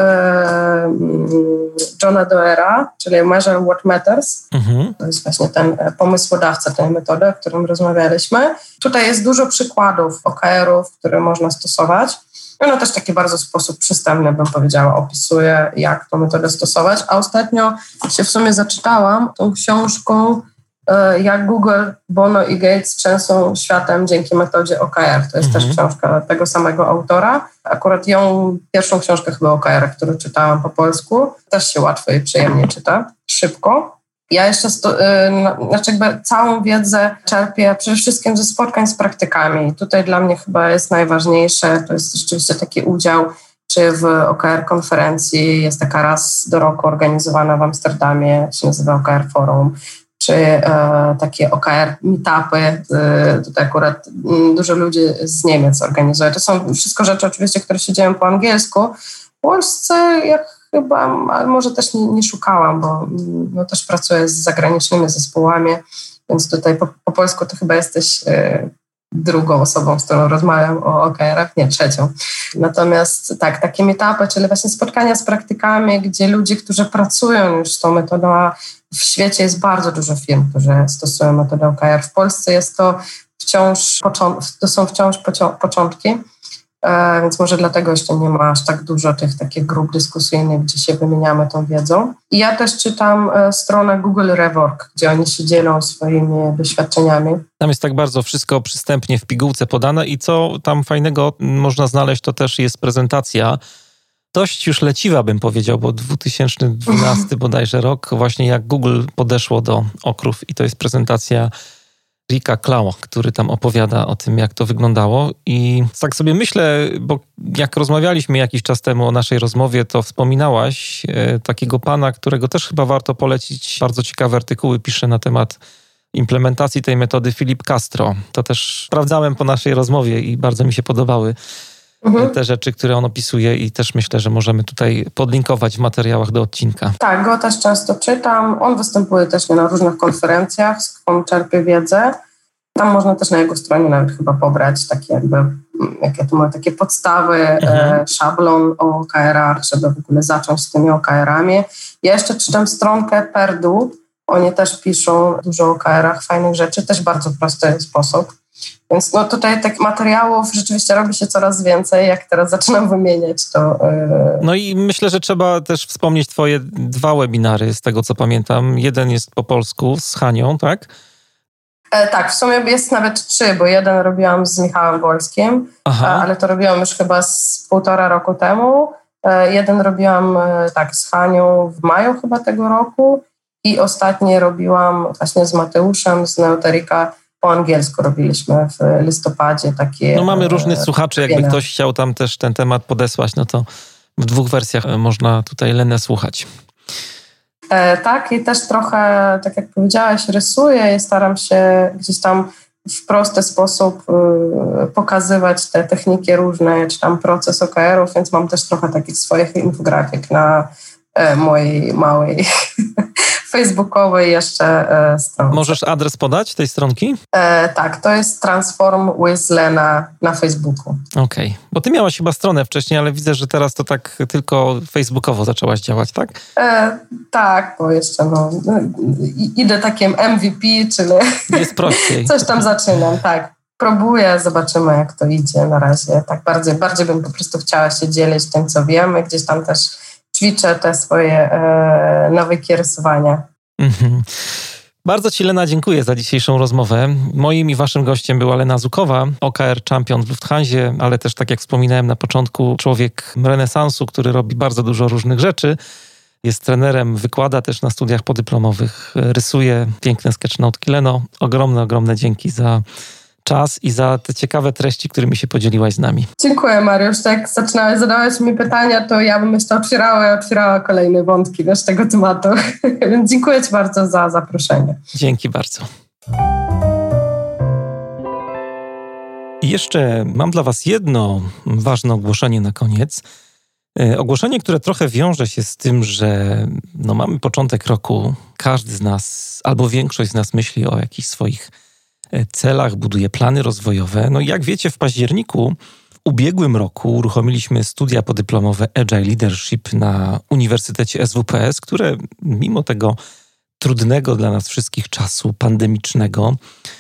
Johna Doerra, czyli Measure What Matters. To jest właśnie ten pomysłodawca tej metody, o którym rozmawialiśmy. Tutaj jest dużo przykładów OKR-ów, które można stosować. Ono też w taki bardzo sposób przystępny, bym powiedziała, opisuje, jak tę metodę stosować. A ostatnio się w sumie zaczytałam tą książką jak Google, Bono i Gates trzęsą światem dzięki metodzie OKR. To jest też książka tego samego autora. Akurat pierwszą książkę chyba OKR, którą czytałam po polsku, też się łatwo i przyjemnie czyta, szybko. Ja jeszcze całą wiedzę czerpię przede wszystkim ze spotkań z praktykami. I tutaj dla mnie chyba jest najważniejsze, to jest rzeczywiście taki udział, czy w OKR konferencji, jest taka raz do roku organizowana w Amsterdamie, się nazywa OKR Forum, czy takie OKR meetupy. Tutaj akurat dużo ludzi z Niemiec organizuje. To są wszystko rzeczy oczywiście, które się dzieją po angielsku. W Polsce chyba, ale może też nie szukałam, bo też pracuję z zagranicznymi zespołami, więc tutaj po polsku to chyba jesteś drugą osobą, z którą rozmawiam o OKR-ach, nie, trzecią. Natomiast tak, takie meetupy, czyli właśnie spotkania z praktykami, gdzie ludzie, którzy pracują już z tą metodą, a w świecie jest bardzo dużo firm, które stosują metodę OKR. W Polsce jest to są wciąż początki, więc może dlatego jeszcze nie ma aż tak dużo tych takich grup dyskusyjnych, gdzie się wymieniamy tą wiedzą. I ja też czytam stronę Google Rework, gdzie oni się dzielą swoimi doświadczeniami. Tam jest tak bardzo wszystko przystępnie w pigułce podane i co tam fajnego można znaleźć, to też jest prezentacja dość już leciwa, bym powiedział, bo 2012 bodajże rok, właśnie jak Google podeszło do okrów i to jest prezentacja Ricka Klaua, który tam opowiada o tym, jak to wyglądało. I tak sobie myślę, bo jak rozmawialiśmy jakiś czas temu o naszej rozmowie, to wspominałaś takiego pana, którego też chyba warto polecić. Bardzo ciekawe artykuły pisze na temat implementacji tej metody Philip Castro. To też sprawdzałem po naszej rozmowie i bardzo mi się podobały te rzeczy, które on opisuje i też myślę, że możemy tutaj podlinkować w materiałach do odcinka. Tak, go też często czytam. On występuje też na różnych konferencjach, z którą czerpie wiedzę. Tam można też na jego stronie nawet chyba pobrać takie takie podstawy, szablon o OKR-ach, żeby w ogóle zacząć z tymi OKR-ami. Ja jeszcze czytam stronkę Perdue. Oni też piszą dużo o OKR-ach, fajnych rzeczy, też bardzo prosty sposób. Więc tutaj takich materiałów rzeczywiście robi się coraz więcej. Jak teraz zaczynam wymieniać, to... No i myślę, że trzeba też wspomnieć twoje 2 webinary, z tego co pamiętam. Jeden jest po polsku z Hanią, tak? Tak, w sumie jest nawet 3, bo jeden robiłam z Michałem Wolskim, ale to robiłam już chyba z 1,5 roku temu. Jeden robiłam z Hanią w maju chyba tego roku i ostatni robiłam właśnie z Mateuszem z Neoterika po angielsku robiliśmy w listopadzie takie... No mamy różnych słuchaczy, jakby ktoś chciał tam też ten temat podesłać, no to w 2 wersjach można tutaj Lenę słuchać. Tak, i też trochę, tak jak powiedziałaś, rysuję i staram się gdzieś tam w prosty sposób pokazywać te techniki różne, czy tam proces OKR-ów, więc mam też trochę takich swoich infografik na mojej małej facebookowej jeszcze stronce. Możesz adres podać tej stronki? Tak, to jest Transform with Lena na Facebooku. Okej, bo ty miałaś chyba stronę wcześniej, ale widzę, że teraz to tak tylko facebookowo zaczęłaś działać, tak? Tak, bo jeszcze idę takim MVP, czyli jest prościej. Coś tam zaczynam, tak. Próbuję, zobaczymy jak to idzie na razie. Tak bardziej bym po prostu chciała się dzielić tym, co wiemy. Gdzieś tam też ćwiczę te swoje nawyki rysowania. Bardzo Ci, Lena, dziękuję za dzisiejszą rozmowę. Moim i Waszym gościem była Lena Zukowa, OKR champion w Lufthansie, ale też, tak jak wspominałem na początku, człowiek renesansu, który robi bardzo dużo różnych rzeczy. Jest trenerem, wykłada też na studiach podyplomowych, rysuje piękne sketchnote'ki. Leno, ogromne dzięki za czas i za te ciekawe treści, którymi się podzieliłaś z nami. Dziękuję, Mariusz. Jak zaczynałeś zadawać mi pytania, to ja bym jeszcze otwierała kolejne wątki tego tematu. Więc dziękuję Ci bardzo za zaproszenie. Dzięki bardzo. I jeszcze mam dla Was jedno ważne ogłoszenie na koniec. Ogłoszenie, które trochę wiąże się z tym, że mamy początek roku. Każdy z nas, albo większość z nas myśli o jakichś swoich celach, buduje plany rozwojowe. No i jak wiecie, w październiku w ubiegłym roku uruchomiliśmy studia podyplomowe Agile Leadership na Uniwersytecie SWPS, które mimo tego trudnego dla nas wszystkich czasu pandemicznego,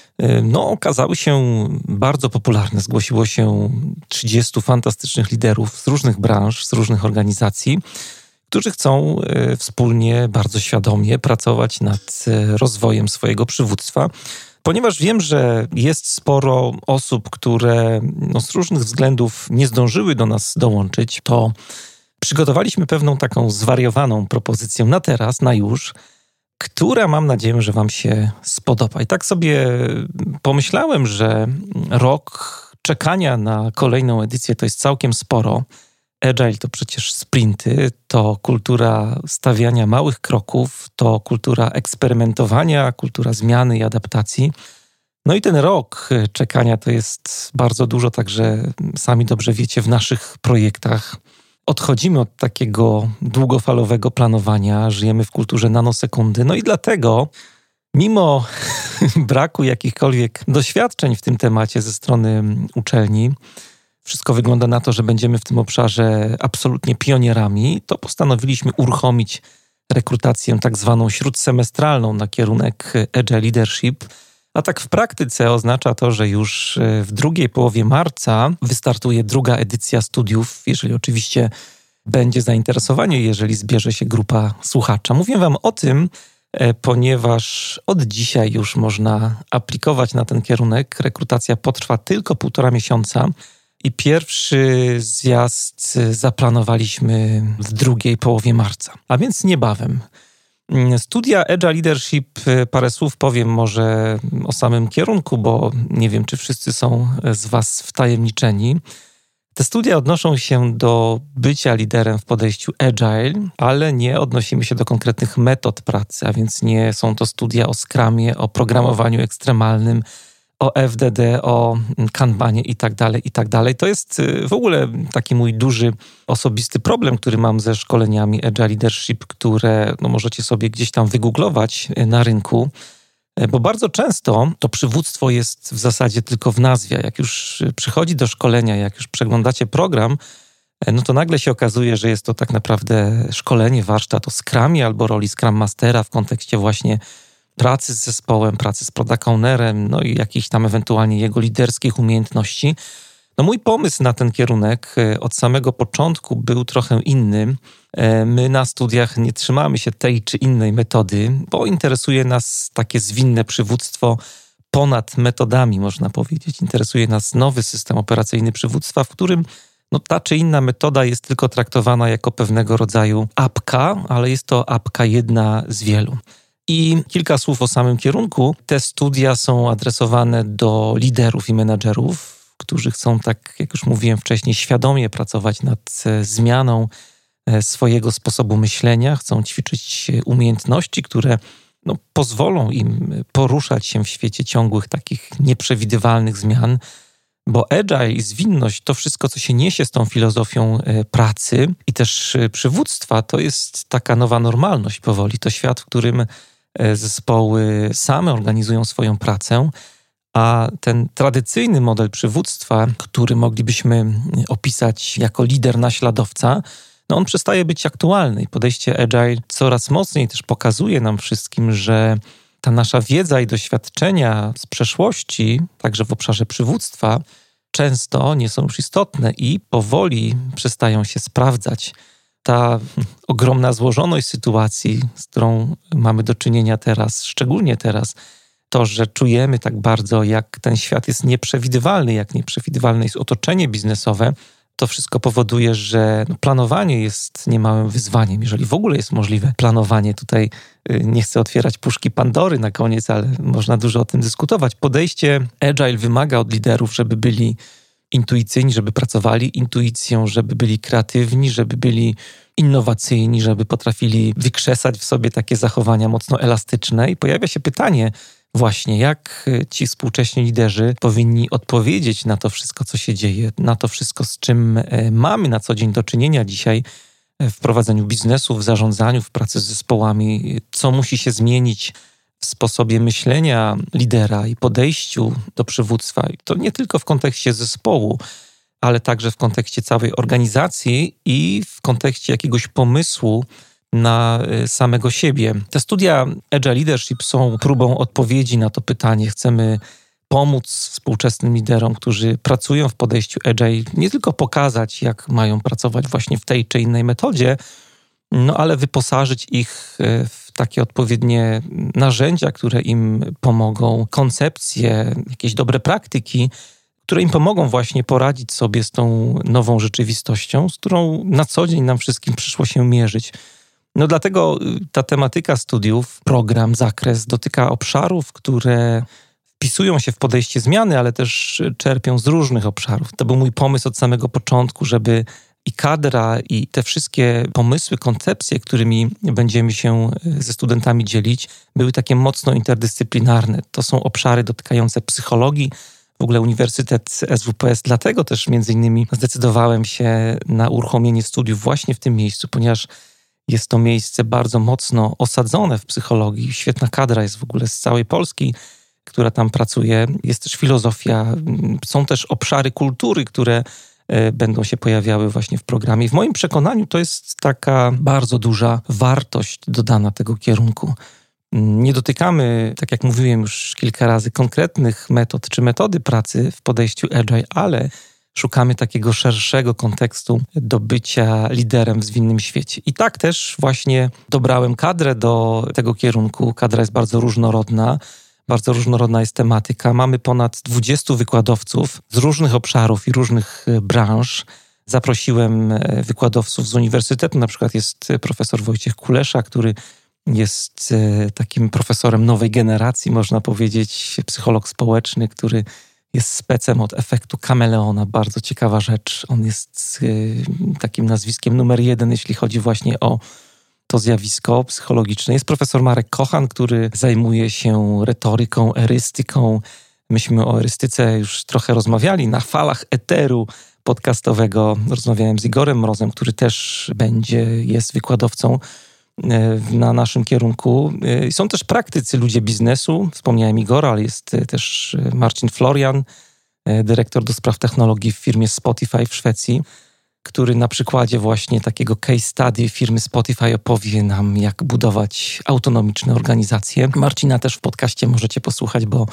okazały się bardzo popularne. Zgłosiło się 30 fantastycznych liderów z różnych branż, z różnych organizacji, którzy chcą wspólnie, bardzo świadomie pracować nad rozwojem swojego przywództwa. Ponieważ wiem, że jest sporo osób, które z różnych względów nie zdążyły do nas dołączyć, to przygotowaliśmy pewną taką zwariowaną propozycję na teraz, na już, która mam nadzieję, że Wam się spodoba. I tak sobie pomyślałem, że rok czekania na kolejną edycję to jest całkiem sporo. Agile to przecież sprinty, to kultura stawiania małych kroków, to kultura eksperymentowania, kultura zmiany i adaptacji. No i ten rok czekania to jest bardzo dużo, także sami dobrze wiecie, w naszych projektach odchodzimy od takiego długofalowego planowania, żyjemy w kulturze nanosekundy. No i dlatego, mimo braku jakichkolwiek doświadczeń w tym temacie ze strony uczelni, wszystko wygląda na to, że będziemy w tym obszarze absolutnie pionierami, to postanowiliśmy uruchomić rekrutację tak zwaną śródsemestralną na kierunek Agile Leadership. A tak w praktyce oznacza to, że już w drugiej połowie marca wystartuje druga edycja studiów, jeżeli oczywiście będzie zainteresowanie, jeżeli zbierze się grupa słuchacza. Mówię Wam o tym, ponieważ od dzisiaj już można aplikować na ten kierunek. Rekrutacja potrwa tylko 1,5 miesiąca i pierwszy zjazd zaplanowaliśmy w drugiej połowie marca, a więc niebawem. Studia Agile Leadership, parę słów powiem może o samym kierunku, bo nie wiem, czy wszyscy są z Was wtajemniczeni. Te studia odnoszą się do bycia liderem w podejściu Agile, ale nie odnosimy się do konkretnych metod pracy, a więc nie są to studia o Scrumie, o programowaniu ekstremalnym, o FDD, o Kanbanie i tak dalej. To jest w ogóle taki mój duży, osobisty problem, który mam ze szkoleniami Agile Leadership, które możecie sobie gdzieś tam wygooglować na rynku, bo bardzo często to przywództwo jest w zasadzie tylko w nazwie. Jak już przychodzi do szkolenia, jak już przeglądacie program, to nagle się okazuje, że jest to tak naprawdę szkolenie, warsztat o Scrumie albo roli Scrum Mastera w kontekście właśnie pracy z zespołem, pracy z product ownerem, i jakichś tam ewentualnie jego liderskich umiejętności. Mój pomysł na ten kierunek od samego początku był trochę inny. My na studiach nie trzymamy się tej czy innej metody, bo interesuje nas takie zwinne przywództwo ponad metodami, można powiedzieć. Interesuje nas nowy system operacyjny przywództwa, w którym ta czy inna metoda jest tylko traktowana jako pewnego rodzaju apka, ale jest to apka jedna z wielu. I kilka słów o samym kierunku. Te studia są adresowane do liderów i menadżerów, którzy chcą, tak jak już mówiłem wcześniej, świadomie pracować nad zmianą swojego sposobu myślenia, chcą ćwiczyć umiejętności, które pozwolą im poruszać się w świecie ciągłych, takich nieprzewidywalnych zmian, bo agile i zwinność, to wszystko, co się niesie z tą filozofią pracy i też przywództwa, to jest taka nowa normalność powoli. To świat, w którym zespoły same organizują swoją pracę, a ten tradycyjny model przywództwa, który moglibyśmy opisać jako lider naśladowca, on przestaje być aktualny i podejście agile coraz mocniej też pokazuje nam wszystkim, że ta nasza wiedza i doświadczenia z przeszłości, także w obszarze przywództwa, często nie są już istotne i powoli przestają się sprawdzać. Ta ogromna złożoność sytuacji, z którą mamy do czynienia teraz, szczególnie teraz, to, że czujemy tak bardzo, jak ten świat jest nieprzewidywalny, jak nieprzewidywalne jest otoczenie biznesowe, to wszystko powoduje, że planowanie jest niemałym wyzwaniem, jeżeli w ogóle jest możliwe planowanie. Tutaj nie chcę otwierać puszki Pandory na koniec, ale można dużo o tym dyskutować. Podejście agile wymaga od liderów, żeby byli intuicyjni, żeby pracowali intuicją, żeby byli kreatywni, żeby byli innowacyjni, żeby potrafili wykrzesać w sobie takie zachowania mocno elastyczne. I pojawia się pytanie właśnie, jak ci współcześni liderzy powinni odpowiedzieć na to wszystko, co się dzieje, na to wszystko, z czym mamy na co dzień do czynienia dzisiaj w prowadzeniu biznesu, w zarządzaniu, w pracy z zespołami, co musi się zmienić w sposobie myślenia lidera i podejściu do przywództwa. I to nie tylko w kontekście zespołu, ale także w kontekście całej organizacji i w kontekście jakiegoś pomysłu na samego siebie. Te studia Agile Leadership są próbą odpowiedzi na to pytanie. Chcemy pomóc współczesnym liderom, którzy pracują w podejściu Agile, nie tylko pokazać, jak mają pracować właśnie w tej czy innej metodzie, ale wyposażyć ich w takie odpowiednie narzędzia, które im pomogą, koncepcje, jakieś dobre praktyki, które im pomogą właśnie poradzić sobie z tą nową rzeczywistością, z którą na co dzień nam wszystkim przyszło się mierzyć. Dlatego ta tematyka studiów, program, zakres dotyka obszarów, które wpisują się w podejście zmiany, ale też czerpią z różnych obszarów. To był mój pomysł od samego początku, żeby i kadra, i te wszystkie pomysły, koncepcje, którymi będziemy się ze studentami dzielić, były takie mocno interdyscyplinarne. To są obszary dotykające psychologii. W ogóle Uniwersytet SWPS, dlatego też między innymi zdecydowałem się na uruchomienie studiów właśnie w tym miejscu, ponieważ jest to miejsce bardzo mocno osadzone w psychologii. Świetna kadra jest w ogóle z całej Polski, która tam pracuje. Jest też filozofia, są też obszary kultury, które będą się pojawiały właśnie w programie. W moim przekonaniu to jest taka bardzo duża wartość dodana tego kierunku. Nie dotykamy, tak jak mówiłem już kilka razy, konkretnych metod czy metody pracy w podejściu Agile, ale szukamy takiego szerszego kontekstu do bycia liderem w zwinnym świecie. I tak też właśnie dobrałem kadrę do tego kierunku. Kadra jest bardzo różnorodna jest tematyka. Mamy ponad 20 wykładowców z różnych obszarów i różnych branż. Zaprosiłem wykładowców z uniwersytetu, na przykład jest profesor Wojciech Kulesza, który jest takim profesorem nowej generacji, można powiedzieć, psycholog społeczny, który jest specem od efektu kameleona. Bardzo ciekawa rzecz. On jest takim nazwiskiem numer 1, jeśli chodzi właśnie o to zjawisko psychologiczne. Jest profesor Marek Kochan, który zajmuje się retoryką, erystyką. Myśmy o erystyce już trochę rozmawiali na falach eteru podcastowego. Rozmawiałem z Igorem Mrozem, który też jest wykładowcą na naszym kierunku. Są też praktycy, ludzie biznesu. Wspomniałem Igora, ale jest też Marcin Florian, dyrektor do spraw technologii w firmie Spotify w Szwecji, który na przykładzie właśnie takiego case study firmy Spotify opowie nam, jak budować autonomiczne organizacje. Marcina też w podcaście możecie posłuchać, bo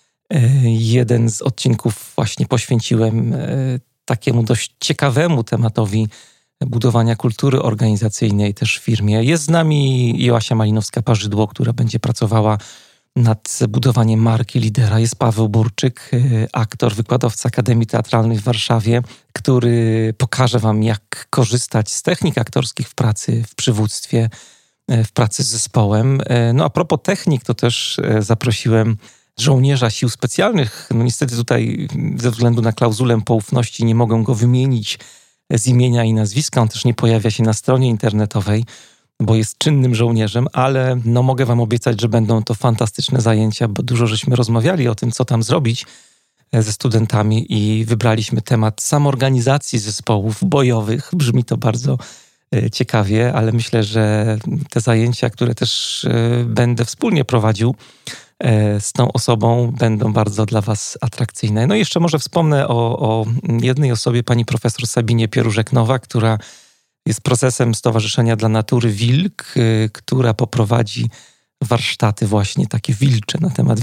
jeden z odcinków właśnie poświęciłem takiemu dość ciekawemu tematowi budowania kultury organizacyjnej też w firmie. Jest z nami Joasia Malinowska-Parzydło, która będzie pracowała nad budowaniem marki lidera. Jest Paweł Burczyk, aktor, wykładowca Akademii Teatralnej w Warszawie, który pokaże wam, jak korzystać z technik aktorskich w pracy, w przywództwie. w pracy z zespołem. No a propos technik, to też zaprosiłem żołnierza sił specjalnych. No niestety tutaj ze względu na klauzulę poufności nie mogę go wymienić z imienia i nazwiska. On też nie pojawia się na stronie internetowej, bo jest czynnym żołnierzem, ale no mogę wam obiecać, że będą to fantastyczne zajęcia, bo dużo żeśmy rozmawiali o tym, co tam zrobić ze studentami i wybraliśmy temat samoorganizacji zespołów bojowych. Brzmi to bardzo ciekawie, ale myślę, że te zajęcia, które też będę wspólnie prowadził z tą osobą, będą bardzo dla was atrakcyjne. No i jeszcze może wspomnę o jednej osobie, pani profesor Sabinie Pieruszek-Nowak, która jest prezesem Stowarzyszenia dla Natury Wilk, która poprowadzi warsztaty właśnie takie wilcze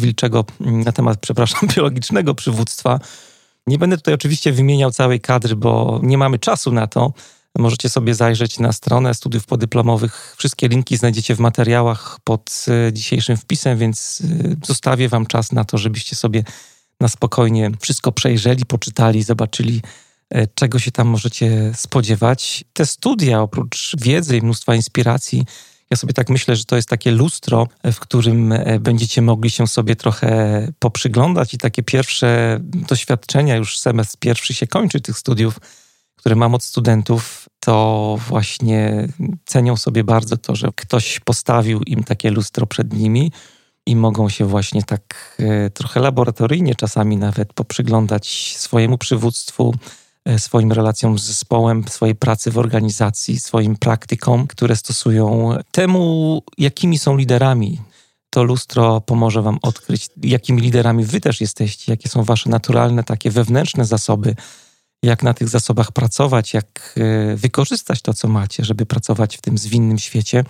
na temat biologicznego przywództwa. Nie będę tutaj oczywiście wymieniał całej kadry, bo nie mamy czasu na to. Możecie sobie zajrzeć na stronę studiów podyplomowych. Wszystkie linki znajdziecie w materiałach pod dzisiejszym wpisem, więc zostawię wam czas na to, żebyście sobie na spokojnie wszystko przejrzeli, poczytali, zobaczyli, czego się tam możecie spodziewać. Te studia, oprócz wiedzy i mnóstwa inspiracji, ja sobie tak myślę, że to jest takie lustro, w którym będziecie mogli się sobie trochę poprzyglądać i takie pierwsze doświadczenia, już semestr pierwszy się kończy tych studiów, które mam od studentów, to właśnie cenią sobie bardzo to, że ktoś postawił im takie lustro przed nimi i mogą się właśnie tak trochę laboratoryjnie czasami nawet poprzyglądać swojemu przywództwu, swoim relacjom z zespołem, swojej pracy w organizacji, swoim praktykom, które stosują temu, jakimi są liderami. To lustro pomoże wam odkryć, jakimi liderami wy też jesteście, jakie są wasze naturalne, takie wewnętrzne zasoby, jak na tych zasobach pracować, jak wykorzystać to, co macie, żeby pracować w tym zwinnym świecie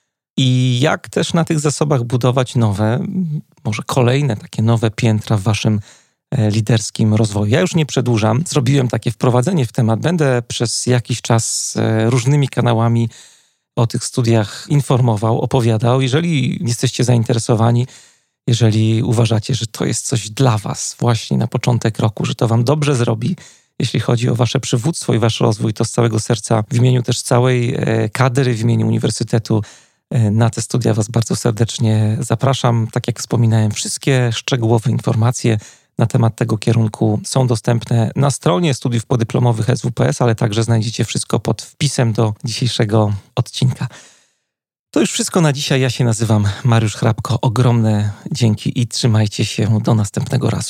i jak też na tych zasobach budować nowe, może kolejne takie nowe piętra w waszym liderskim rozwoju. Ja już nie przedłużam. Zrobiłem takie wprowadzenie w temat. Będę przez jakiś czas różnymi kanałami o tych studiach informował, opowiadał. Jeżeli jesteście zainteresowani, jeżeli uważacie, że to jest coś dla was właśnie na początek roku, że to wam dobrze zrobi, jeśli chodzi o wasze przywództwo i wasz rozwój, to z całego serca w imieniu też całej kadry, w imieniu Uniwersytetu na te studia was bardzo serdecznie zapraszam. Tak jak wspominałem, wszystkie szczegółowe informacje na temat tego kierunku są dostępne na stronie studiów podyplomowych SWPS, ale także znajdziecie wszystko pod wpisem do dzisiejszego odcinka. To już wszystko na dzisiaj. Ja się nazywam Mariusz Hrabko. Ogromne dzięki i trzymajcie się do następnego razu.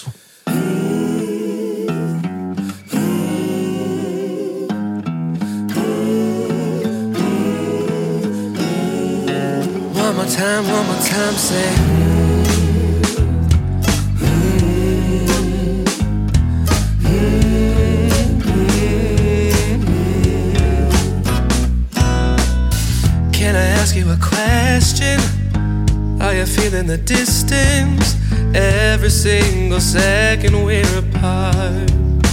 One more time, say Can I ask you a question? Are you feeling the distance? Every single second we're apart.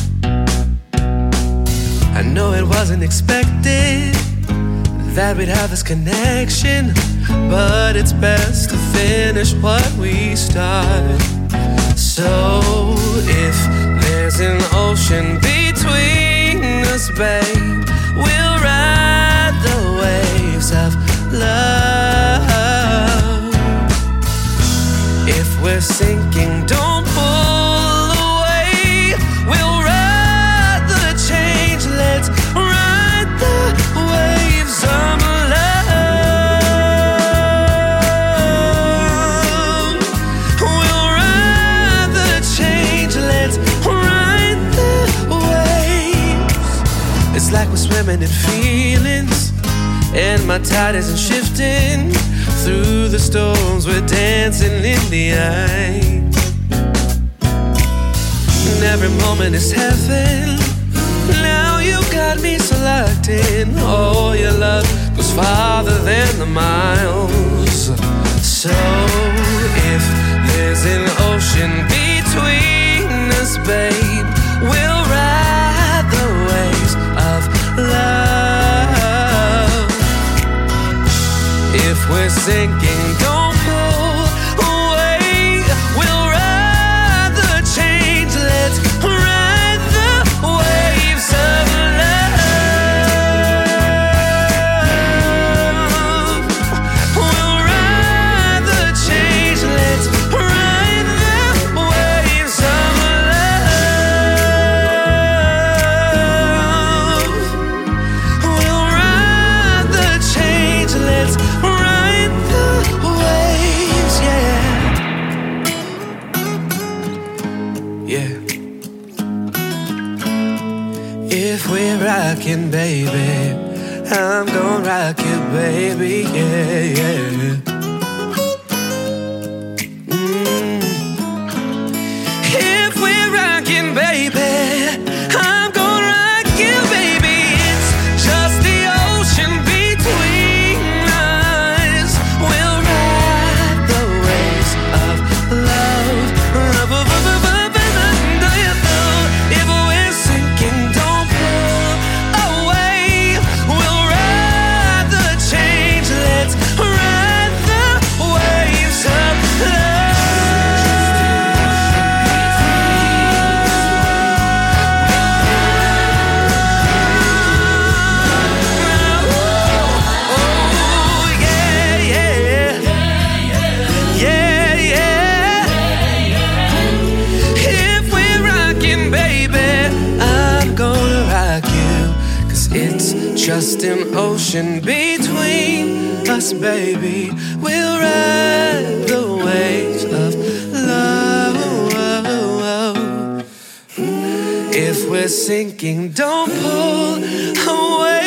I know it wasn't expected that we'd have this connection, but it's best to finish what we start. So if there's an ocean between us, babe, we'll ride the waves of love. If we're sinking, don't pull away. We'll ride the change, let's ride the waves of love. We'll ride the change, let's ride the waves. It's like we're swimming in feelings, and my tide isn't shifting. Through the storms we're dancing in the eye, and every moment is heaven. Now you got me so locked in. Oh, your love goes farther than the miles. So if there's an ocean between us, babe, we'll ride the waves of love. If we're sinking, don't pull away. We'll ride the change, let's ride the waves of love. yeah. If we're rocking, baby, I'm gonna rock you, baby, yeah, yeah. If we're rocking, baby, I'm gonna rock you, baby. It's just the ocean between us. We'll ride the waves of love. Do you know if we're sinking, don't pull away. We'll ride the change. Let's ride the waves of love. Just an ocean between us, baby. We'll ride the waves of love. If we're sinking, don't pull away.